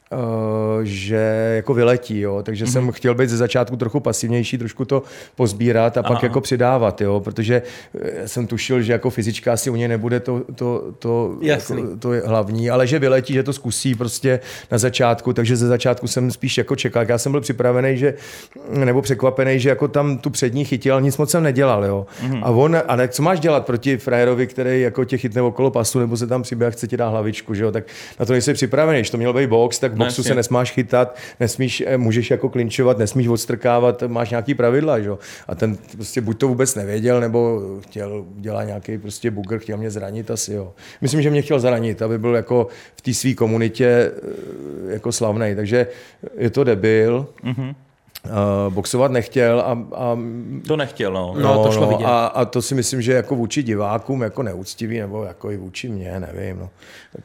jako vyletí, jo. Takže jsem chtěl být ze začátku trochu pasivnější, trošku to pozbírat a pak jako přidávat, jo, protože jsem tušil, že jako fyzička asi u něj nebude to je hlavní, ale že vyletí, že to zkusí prostě na začátku, takže ze začátku jsem spíš jako čekal. Já jsem byl připravený, nebo překvapený, že jako tam tu přední chytil, ale nic moc jsem nedělal, jo. A co máš dělat proti frajerovi, který jako tě chytne okolo pasu, nebo se tam přiběh, chce ti dát hlavičku, že jo, tak na to nejsi připravený, když to měl být box, tak v boxu se nesmáš chytat, můžeš jako klinčovat, nesmíš odstrkávat, máš nějaký pravidla, že jo. A ten prostě buď to vůbec nevěděl, nebo chtěl dělat nějaký prostě bugr, chtěl mě zranit asi, jo. Myslím, že mě chtěl zranit, aby byl jako v té své komunitě jako slavnej, takže je to debil. boxovat nechtěl a to nechtěl, no. To šlo vidět. A to si myslím, že jako vůči divákům jako neúctivý, nebo jako i vůči mně, nevím, no.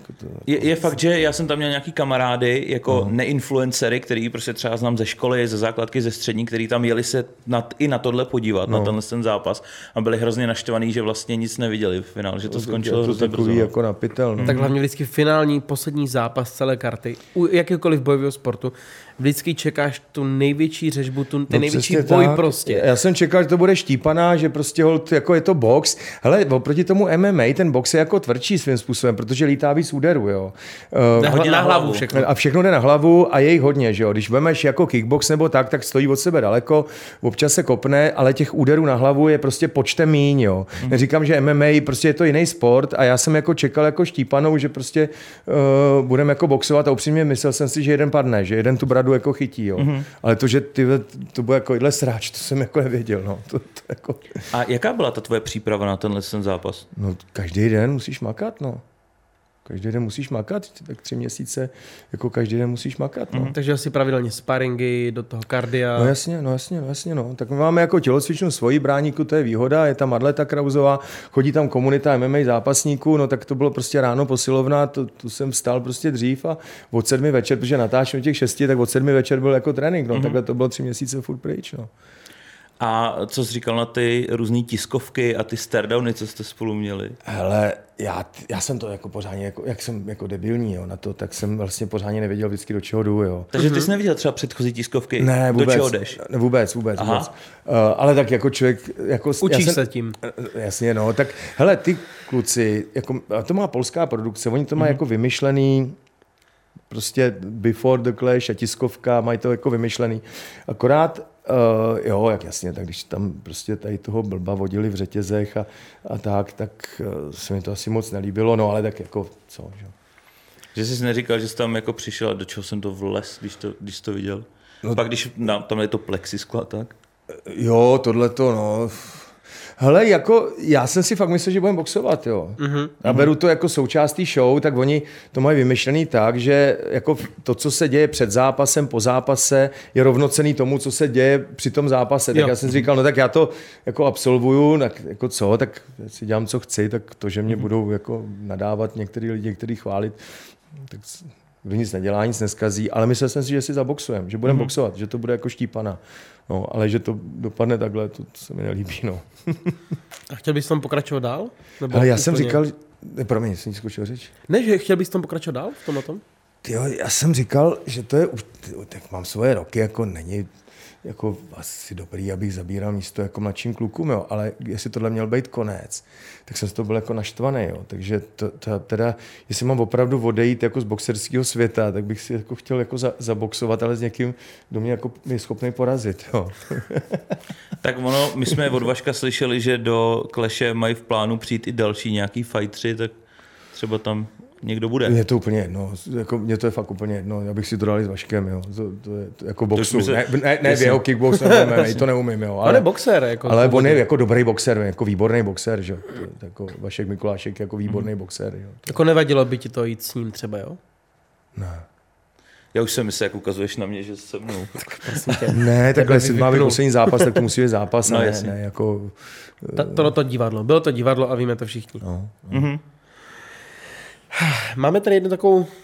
Je fakt, že já jsem tam měl nějaký kamarády, jako neinfluencery, který prostě třeba znám ze školy, ze základky, ze střední, který tam jeli se i na tohle podívat, na ten zápas a byli hrozně naštvaný, že vlastně nic neviděli v finále, že to skončilo hrozně brzo. Jako na pytel, no. Tak hlavně vždycky finální, poslední zápas celé karty, u jakéhokoliv bojového sportu, vždycky čekáš tu největší řežbu, ten největší boj tak. Prostě. Já jsem čekal, že to bude štípaná, že prostě holt, jako je to box. Hele, oproti tomu MMA, ten box je jako tvrdší svým způsobem, protože lítá víc úderů, jo. Na hlavu všechno. A všechno jde na hlavu a je jich hodně, že jo. Když vemeš jako kickbox nebo tak stojí od sebe daleko, občas se kopne, ale těch úderů na hlavu je prostě počtem míň, jo. Neříkám, že MMA prostě je to jiný sport a já jsem jako čekal jako štípanou, že prostě budeme jako boxovat a upřímně myslel jsem si, že jeden padne, že jeden tu bradu jako chytí, jo. Ale to, že to bude jako jdle sráč, to jsem jako nevěděl, no. To jako... A jaká byla ta tvoje příprava na ten zápas? No, každý den musíš makat, no. Každý den musíš makat, tak 3 měsíce, jako každý den musíš makat, no. Takže asi pravidelně sparingy, do toho kardia. No jasně. Tak my máme jako tělocvičnu svoji bráníku, to je výhoda, je tam Adleta Krauzová, chodí tam komunita MMA zápasníků, no tak to bylo prostě ráno posilovna, to jsem vstal prostě dřív a od 7 večer, protože natáčím těch 6, tak od 7 večer byl jako trénink, no, takhle to bylo 3 měsíce furt pryč, no. A co jsi říkal na ty různý tiskovky a ty staredowny, co jste spolu měli? Hele, já jsem to jako pořádně, jako, jak jsem jako debilní, jo, na to, tak jsem vlastně pořádně nevěděl vždycky, do čeho jdu, jo. Takže ty jsi neviděl třeba předchozí tiskovky? Ne, vůbec, do čeho jdeš? Vůbec. Ale tak jako člověk... Jako, učíš se tím. Jasně, no. Tak hele, ty kluci, jako, to má polská produkce, oni to mají jako vymyšlený, prostě Before the Clash a tiskovka, mají to jako vymyšlený. Akorát jo, jak jasně, tak když tam prostě tady toho blba vodili v řetězech a tak se mi to asi moc nelíbilo, no ale tak jako co, že? Že jsi neříkal, že jsi tam jako přišel a do čeho jsem to vlez, když jsi to viděl? No, pak když tam je to plexiskla, tak? Jo, tohleto, no... Hele, jako já jsem si fakt myslel, že budeme boxovat, jo. A beru to jako součást té show, tak oni to mají vymyšlený tak, že jako to, co se děje před zápasem, po zápase, je rovnocenný tomu, co se děje při tom zápase. Tak já jsem si říkal, no tak já to jako absolvuju, tak jako co, tak si dělám, co chci, tak to, že mě budou jako nadávat některý lidi, některý chválit, tak kdo nic nedělá, nic neskazí, ale myslel jsem si, že si zaboxujeme, že budeme boxovat, že to bude jako štípana. No, ale že to dopadne takhle, to se mi nelíbí, no. A chtěl bys tam pokračovat dál? Nebo ale já jsem říkal, promiň, jsem ti zkoušel řeč. Ne, že chtěl bys tam pokračovat dál v tomhle tom? Jo, já jsem říkal, že to je, tak mám svoje roky, jako není jako asi dobrý, abych zabíral místo jako mladším klukům, jo, ale jestli tohle měl být konec, tak jsem z toho byl jako naštvaný, jo, takže teda, jestli mám opravdu odejít jako z boxerského světa, tak bych si jako chtěl jako zaboxovat, ale s někým, kdo mě jako je schopný porazit, jo. Tak ono, my jsme od Vaška slyšeli, že do Clashe mají v plánu přijít i další nějaký fightři, tak třeba tam někdo bude. Mně to úplně jedno, jako mně to je fakt úplně jedno, já bych si to dal i s Vaškem, jo. To je jako boxu, ne v jeho kickbox, to neumím, jo. Ale boxer, jako. Ale on je jako dobrý boxer, jako výborný boxer, že jo. Jako Vašek Mikulášek jako výborný boxer, jo. Jako nevadilo by ti to jít s ním třeba, jo? Ne. Já už jsem myslel, jak ukazuješ na mě, že se mnou. Ne, takhle, jestli má být poslední zápas, tak to musí být zápas, no, ne jako... Bylo to divadlo a víme to všichni. No. Máme tady jednu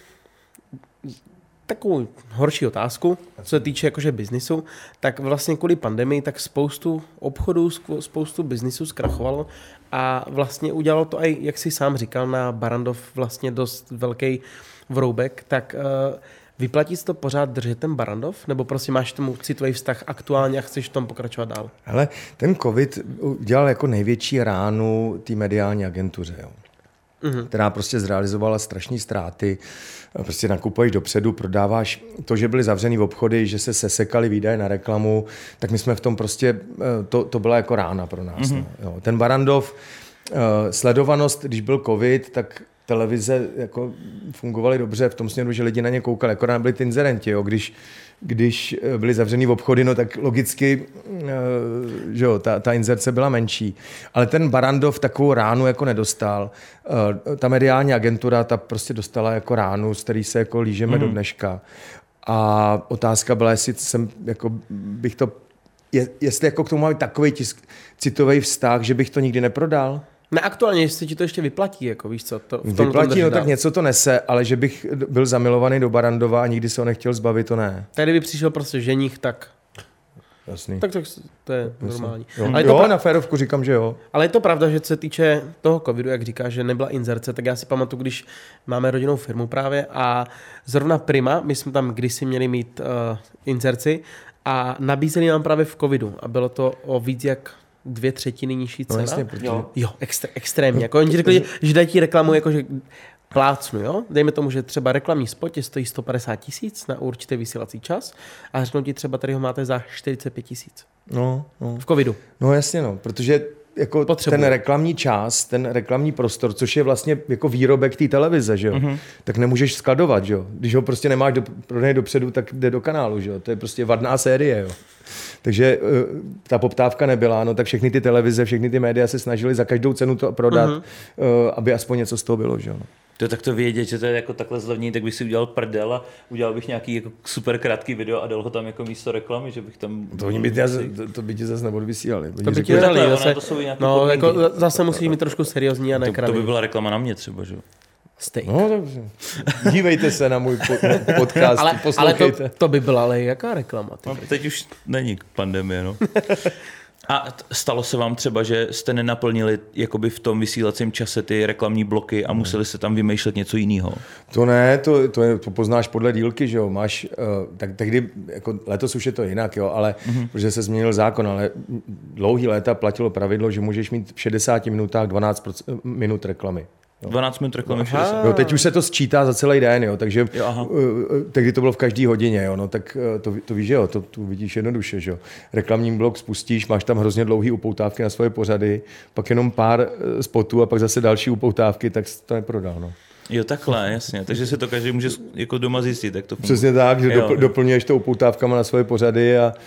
takovou horší otázku, co se týče jakože biznisu, tak vlastně kvůli pandemii tak spoustu obchodů, spoustu biznisů zkrachovalo a vlastně udělalo to i, jak jsi sám říkal, na Barrandov vlastně dost velký vroubek, tak vyplatí se to pořád držet ten Barrandov, nebo prostě máš tomu citový vztah aktuálně a chceš v tom pokračovat dál? Hele, ten covid udělal jako největší ránu té mediální agentuře, jo. Která prostě zrealizovala strašné ztráty. Prostě nakupuješ dopředu, prodáváš to, že byly zavřený obchody, že se sesekaly výdaje na reklamu, tak my jsme v tom prostě, to byla jako rána pro nás. No. Jo. Ten Barrandov, sledovanost, když byl covid, tak televize jako fungovaly dobře v tom směru, že lidi na ně koukali, akorát byli ty inzerenti, jo. Když byly zavřený obchody, no tak logicky, že jo, ta inzerce byla menší. Ale ten Barrandov takovou ránu jako nedostal. Ta mediální agentura, ta prostě dostala jako ránu, z který se jako lížeme do dneška. A otázka byla, jestli jestli jako k tomu mám takový citový vztah, že bych to nikdy neprodal. Ne, aktuálně, jestli ti to ještě vyplatí, jako víš co, to v tom vyplatí, no tak něco to nese, ale že bych byl zamilovaný do Barrandova a nikdy se ho nechtěl zbavit, to ne. Tady by přišel prostě ženich, tak... Jasný. Tak to je normální. Jo, ale jo na férovku říkám, že jo. Ale je to pravda, že co se týče toho covidu, jak říkáš, že nebyla inzerce, tak já si pamatuju, když máme rodinnou firmu právě a zrovna Prima, my jsme tam kdysi měli mít inzerci a nabízeli nám právě v covidu a bylo to o víc jak 2/3 nižší cena. No jasně, protože... Jo, extrémně. Jako oni ti řekli, že dají ti reklamu, jakože plácnu, jo? Dejme tomu, že třeba reklamní spot tě stojí 150 000 na určitý vysílací čas a řeknou ti třeba, tady ho máte za 45 000. No. V covidu. No jasně, no, protože jako ten reklamní čas, ten reklamní prostor, což je vlastně jako výrobek té televize, že jo, tak nemůžeš skladovat, že jo. Když ho prostě nemáš prodej dopředu, tak jde do kanálu, že jo. To je prostě vadná série, jo. Takže ta poptávka nebyla, no tak všechny ty televize, všechny ty média se snažily za každou cenu to prodat, aby aspoň něco z toho bylo, že jo. To tak to vědět, že to je jako takhle zlevní, tak bych si udělal prdel a udělal bych nějaký jako super krátký video a dal ho tam jako místo reklamy, že bych tam... To by ti zase nebudu vysílali. To by ti nedali, zase musíš mít trošku seriózní a nekravý. To by byla reklama na mě třeba, že jo. Steak. No dobře. Dívejte se na můj podcast, poslouchejte. Ale to by byla ale jaká reklama? No, teď už není pandemie, no. A stalo se vám třeba, že jste nenaplnili jakoby v tom vysílacím čase ty reklamní bloky a museli se tam vymýšlet něco jiného? To ne, to poznáš podle dílky, že jo, máš, tak tehdy, jako letos už je to jinak, jo, ale, protože se změnil zákon, ale dlouhý léta platilo pravidlo, že můžeš mít v 60 minutách 12 minut reklamy. Jo. 12 minut reklamy. Jo, teď už se to sčítá za celý den, jo, takže tehdy to bylo v každý hodině, jo, no, tak to víš, jo, to vidíš jednoduše, že jo. Reklamní blok spustíš, máš tam hrozně dlouhý upoutávky na svoje pořady, pak jenom pár spotů a pak zase další upoutávky, tak to neprodal, no. Jo, takhle, jasně. Takže si to každý může jako doma zjistit, tak to funguje. Přesně tak, že doplňuješ to upoutávkama na svoje pořady a...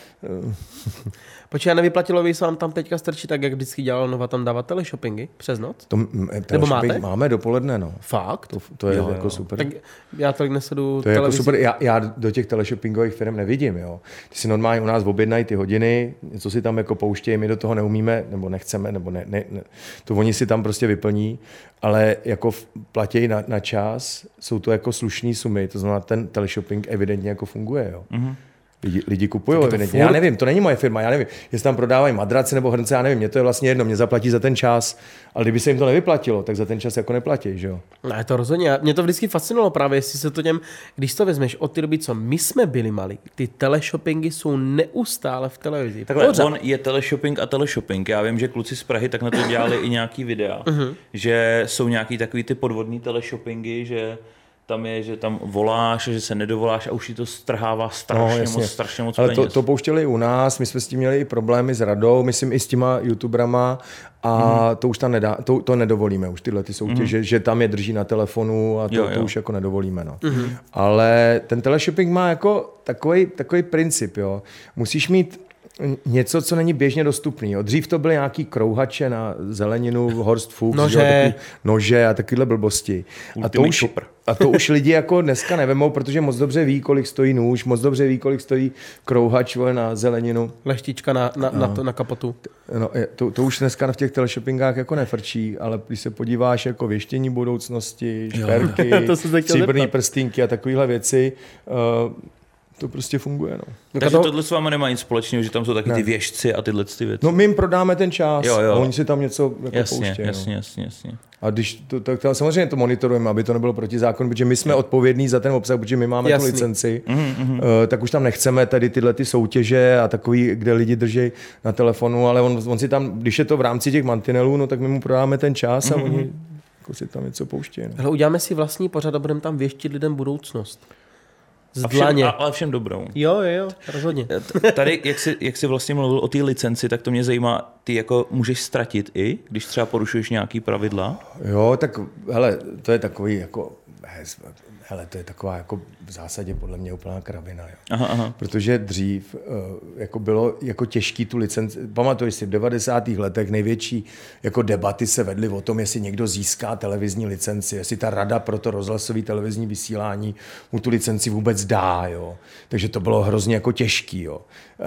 Počkej, nevyplatilo by se vám tam teďka strčit tak, jak vždycky dělal Nova, tam dávat teleshoppingy přes noc? Nebo máte? Máme dopoledne, no. Fakt? To je jako super. Tak já tolik nesledu to je televizi. Jako super. Já do těch teleshoppingových firm nevidím, jo. Ty si normálně u nás objednají ty hodiny, něco si tam jako pouštějí, my do toho neumíme, nebo nechceme, nebo ne. To oni si tam prostě vyplní, ale jako platí na čas, jsou to jako slušný sumy, to znamená, ten teleshopping evidentně jako funguje, jo. Lidi kupují evidentně. Já nevím, to není moje firma, já nevím, jestli tam prodávají madrace nebo hrnce, já nevím, mě to je vlastně jedno, mě zaplatí za ten čas, ale kdyby se jim to nevyplatilo, tak za ten čas jako neplatí, že jo? Ne, to rozhodně. Mě to vždycky fascinovalo právě, jestli se to když to vezmeš od té doby, co my jsme byli malí, ty teleshoppingy jsou neustále v televizi. Takhle, on je teleshopping a teleshopping. Já vím, že kluci z Prahy tak na to dělali i nějaký videa, že jsou nějaký takový ty podvodní teleshoppingy, že tam je, že tam voláš, že se nedovoláš a už ti to strhává strašně moc peněz. Ale to pouštěli u nás, my jsme s tím měli i problémy s radou, myslím i s těma youtuberama a to už tam to nedovolíme, už tyhle ty soutěže, že tam je drží na telefonu a to už jako nedovolíme. No. Ale ten teleshopping má jako takový princip, jo. Musíš mít něco, co není běžně dostupný. Jo. Dřív to byly nějaký krouhače na zeleninu, Horst Fuchs, nože a takovéhle blbosti. A to už lidi jako dneska nevemou, protože moc dobře ví, kolik stojí nůž, moc dobře ví, kolik stojí krouhač na zeleninu. Leštička na kapotu. No, to už dneska v těch teleshoppingách jako nefrčí, ale když se podíváš jako věštění budoucnosti, šperky, stříbrný prstýnky a takovéhle věci, to prostě funguje, no. Takže tohle s váma nemá nic společného, že tam jsou taky ty věžci a tyhle ty věci. No my jim prodáme ten čas a oni si tam něco jako pouštějí. Jasně. A když tak samozřejmě to monitorujeme, aby to nebylo proti zákonu, protože my jsme odpovědní za ten obsah, protože my máme tu licenci, tak už tam nechceme tady tyhle ty soutěže a takový, kde lidi drží na telefonu, ale on si tam, když je to v rámci těch mantinelů, no tak my mu prodáme ten čas a oni jako si tam něco pouštějí. No. Hele, uděláme si vlastní pořad a budeme tam věštit lidem budoucnost. Ale všem dobrou. Jo, rozhodně. Tady, jak jsi vlastně mluvil o té licenci, tak to mě zajímá, ty jako můžeš ztratit i, když třeba porušuješ nějaký pravidla? Jo, tak hele, to je takový jako hele, to je taková jako v zásadě podle mě úplná kravina. Jo. Aha. Protože dřív jako bylo jako těžký tu licenci. Pamatuješ si, v 90. letech největší jako debaty se vedly o tom, jestli někdo získá televizní licenci, jestli ta rada pro to rozhlasové televizní vysílání mu tu licenci vůbec dá. Jo. Takže to bylo hrozně jako těžký. Jo.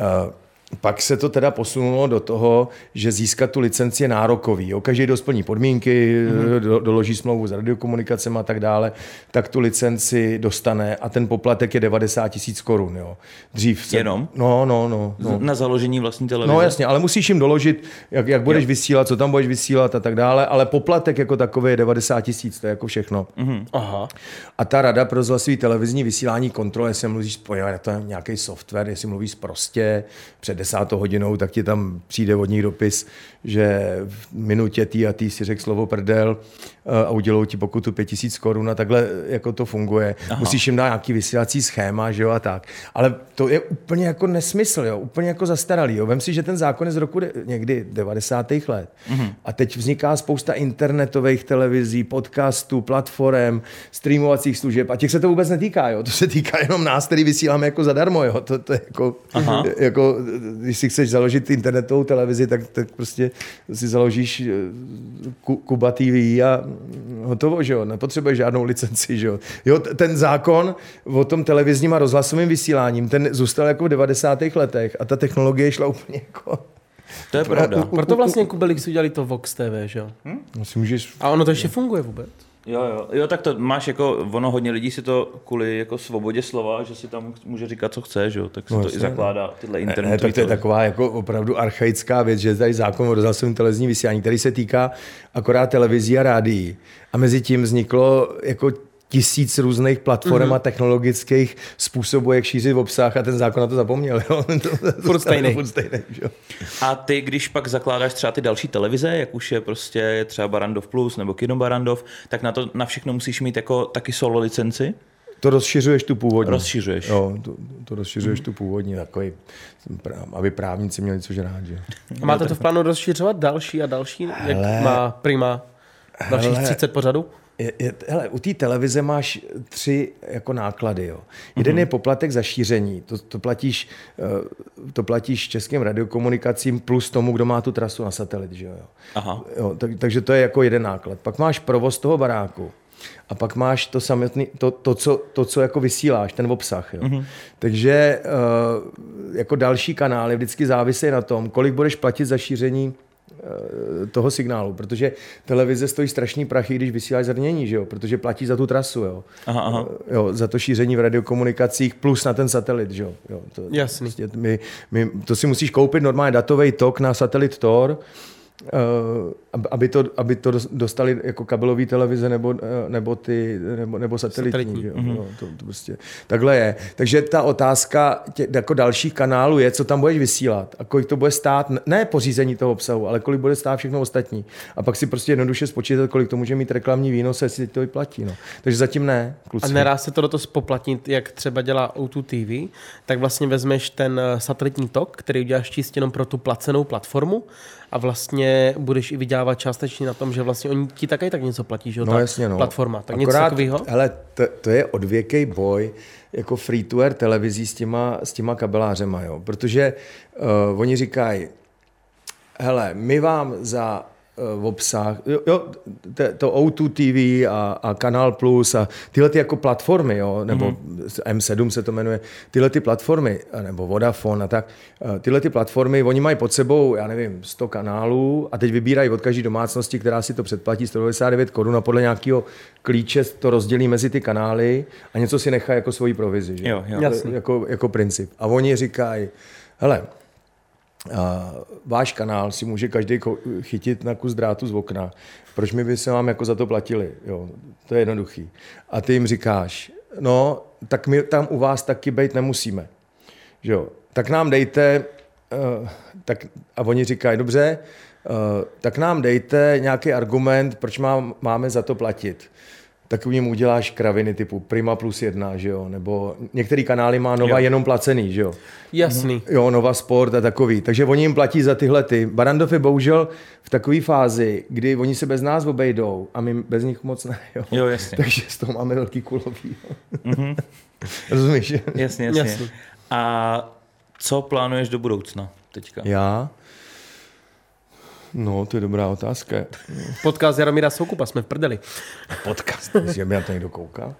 Pak se to teda posunulo do toho, že získat tu licenci je nárokový. Jo. Každý, kdo splní podmínky, doloží smlouvu s radiokomunikacemi a tak dále, tak tu licenci dostane a ten poplatek je 90 000 korun. Jo. Dřív se... Jenom? No. Na založení vlastní televize? No jasně, ale musíš jim doložit, jak budeš vysílat, co tam budeš vysílat a tak dále, ale poplatek jako takový je 90 000, to je jako všechno. Aha. A ta rada pro rozhlasové televizní vysílání kontroluje, jestli mluvíš spojovat, to je nějaký software, jestli mluvíš prostě před 10 hodinou, tak ti tam přijde od nich dopis, že v minutě tý a tý si řekl slovo prdel a udělou ti pokutu 5 000 korun a takhle jako to funguje. Aha. Musíš jim dát nějaký vysílací schéma, že jo, a tak. Ale to je úplně jako nesmysl, jo, úplně jako zastaralý. Jo. Vem si, že ten zákon je z roku někdy 90. let. A teď vzniká spousta internetových televizí, podcastů, platform, streamovacích služeb a těch se to vůbec netýká, jo. To se týká jenom nás, který vysíláme jako zadarmo, jo. To je jako když si chceš založit internetovou televizi, tak prostě si založíš Kuba TV a hotovo, že jo, nepotřebuješ žádnou licenci, že jo. Jo, ten zákon o tom televizním a rozhlasovým vysíláním, ten zůstal jako v 90. letech a ta technologie šla úplně jako... To je pravda. Proto vlastně Kubelix udělali to Vox TV, že jo. A ono to ještě funguje vůbec. Jo, tak to máš jako, ono hodně lidí si to kvůli jako svobodě slova, že si tam může říkat, co chce, že jo, tak se to i zakládá tyhle internetu. Tak to je taková jako opravdu archaická věc, že je tady zákon o rozhlasovém televizní vysílání, který se týká akorát televizí a rádií. A mezi tím vzniklo jako 1000 různých platform a technologických způsobů, jak šířit obsah a ten zákon na to zapomněl. Furt stejný. A ty, když pak zakládáš třeba ty další televize, jak už je prostě třeba Barrandov Plus nebo Kino Barrandov, tak na všechno musíš mít jako taky solo licenci? To rozšiřuješ tu původní. Rozšiřuješ. Jo, to rozšiřuješ tu původní, takový, aby právníci měli což rád. Že? A máte to v plánu rozšiřovat další a další? Jak má Prima dalších 30 pořadů? Hele, u té televize máš 3 jako náklady. Jo. Jeden je poplatek za šíření. To platíš českým radiokomunikacím plus tomu, kdo má tu trasu na satelit. Že jo. Aha. Jo, takže to je jako jeden náklad. Pak máš provoz toho baráku. A pak máš to samotný, to, co jako vysíláš, ten obsah. Jo. Takže jako další kanály vždycky závisí na tom, kolik budeš platit za šíření toho signálu, protože televize stojí strašný prachy, když vysíláš zrnění, že jo? Protože platí za tu trasu, jo? Aha. Jo, za to šíření v radiokomunikacích plus na ten satelit, že jo? Jasný. Prostě to si musíš koupit normálně datový tok na satelit Tor, aby to dostali jako kabelové televize nebo satelitní. Jo, to prostě. Takhle je. Takže ta otázka jako dalších kanálů je, co tam budeš vysílat a kolik to bude stát, ne pořízení toho obsahu, ale kolik bude stát všechno ostatní. A pak si prostě jednoduše spočítat, kolik to může mít reklamní výnos, jestli to vyplatí. No. Takže zatím ne, kluci. A nedá se to do toho spoplatnit, jak třeba dělá O2 TV, tak vlastně vezmeš ten satelitní tok, který uděláš čistě jenom pro tu placenou platformu a vlastně budeš i vydělávat částečně na tom, že vlastně oni ti také tak něco platí, že jo, platforma. Tak něco takového? Hele, to je odvěký boj jako free-to-air televizí s těma kabelářema, jo, protože oni říkají, hele, my vám za obsah, to O2 TV a Kanál Plus a tyhle ty jako platformy, jo, nebo M7 se to jmenuje, tyhle ty platformy, nebo Vodafone a tak, tyhle ty platformy, oni mají pod sebou, já nevím, 100 kanálů a teď vybírají od každé domácnosti, která si to předplatí 199 korun a podle nějakého klíče to rozdělí mezi ty kanály a něco si nechá jako svoji provizi, že? Jo. Jako princip. A oni říkají, hele, váš kanál si může každý chytit na kus drátu z okna. Proč my by se vám jako za to platili? Jo, to je jednoduchý. A ty jim říkáš, no, tak my tam u vás taky bejt nemusíme. Že jo? Tak nám dejte, a oni říkají, dobře, tak nám dejte nějaký argument, proč máme za to platit. takovým uděláš kraviny typu Prima +1, že jo, nebo některý kanály má Nova jenom placený, že jo. Jasný. Jo, Nova Sport a takový. Takže oni jim platí za tyhle ty. Barrandov je bohužel v takové fázi, kdy oni se bez nás obejdou a my bez nich moc ne, jo. Jo, jasně. Takže z toho máme velký kulový. Rozumíš? Jasně. A co plánuješ do budoucna teďka? Já? No, to je dobrá otázka. Podcast Jaromíra Soukupa, jsme v prdeli. Podcast, že by na to někdo koukal?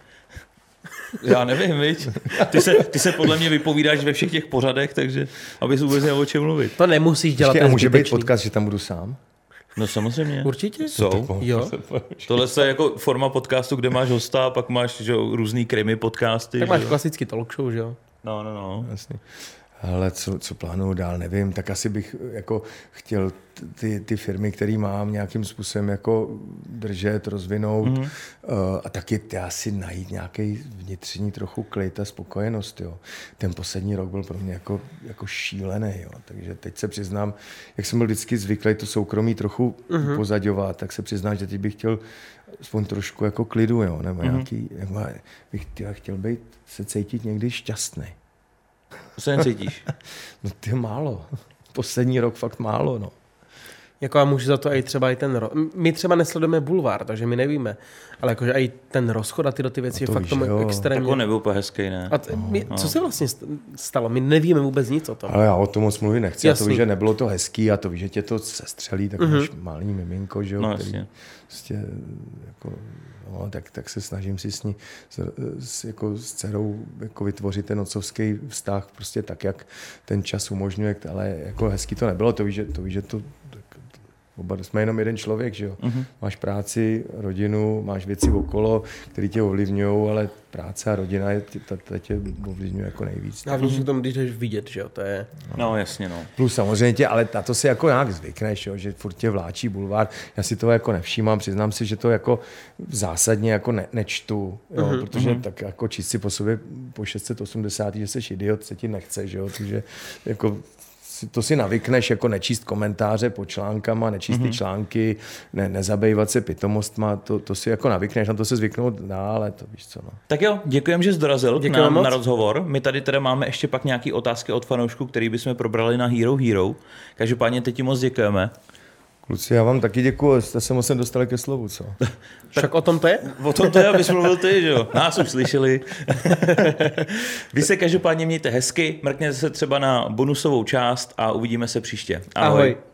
Já nevím, viď? Ty se podle mě vypovídáš ve všech těch pořadech, takže abys vůbec neměl o čem mluvit. To nemusíš dělat. A může být podcast, že tam budu sám? No samozřejmě. Určitě? Jsou. Jo. Tohle je jako forma podcastu, kde máš hosta, pak máš že, různý krimi podcasty. Tak máš klasický talk show, že jo? No. Jasně. Ale co plánuju dál, nevím, tak asi bych jako chtěl ty firmy, které mám, nějakým způsobem jako držet, rozvinout a taky asi najít nějaký vnitřní trochu klid a spokojenost. Jo. Ten poslední rok byl pro mě jako šílený, jo. Takže teď se přiznám, jak jsem byl vždycky zvyklý to soukromí trochu pozaďovat, tak se přiznám, že teď bych chtěl aspoň trošku jako klidu, jo, nebo nějaký, bych chtěl být, se cítit někdy šťastný. To se necítíš? No ty málo. Poslední rok fakt málo, no. Jako a může za to i třeba i ten my třeba nesledujeme bulvár, takže my nevíme. Ale jakože i ten rozchod a tyhle ty věci je fakt tomu extrémně. Tak on nebyl úplně hezký, ne? Co se vlastně stalo? My nevíme vůbec nic o tom. Ale já o tom moc mluvit nechci. Já to víš, že nebylo to hezký a to víš, že tě to sestřelí, tak máš malý miminko, že jo, no, který prostě jako, no, tak se snažím si s ní jako s dcerou jako vytvořit ten otcovský vztah prostě tak, jak ten čas umožňuje, ale jako hezký to nebylo, to víš, že to oba jsme jenom jeden člověk, že jo. Máš práci, rodinu, máš věci okolo, které tě ovlivňují, ale práce a rodina tě ovlivňuje jako nejvíc. A vníš k tomu, když jdeš vidět, že jo, to je... No jasně, no. Plus samozřejmě ale na to si jako nějak zvykneš, jo, že furt tě vláčí bulvár. Já si toho jako nevšímám, přiznám si, že to jako zásadně jako nečtu, jo, protože tak jako číst si po sobě po 680, že jsi idiot, se ti nechce, že jo, takže jako to si navykneš, jako nečíst komentáře pod článkama, nečíst ty články, nezabývat se pitomostma, to si jako navykneš, na to se zvyknout dá, ale to víš co. No. Tak jo, děkujem, že jsi dorazil k nám na rozhovor. My tady teda máme ještě pak nějaké otázky od fanoušků, které bychom probrali na Hero. Každopádně teď ti moc děkujeme. Kluci, já vám taky děkuju, jste se moc dostali ke slovu, co? Tak o tom to je? O tom to je, abys mluvil ty, že jo? Nás už slyšeli. Vy se každopádně mějte hezky, mrkněte se třeba na bonusovou část a uvidíme se příště. Ahoj.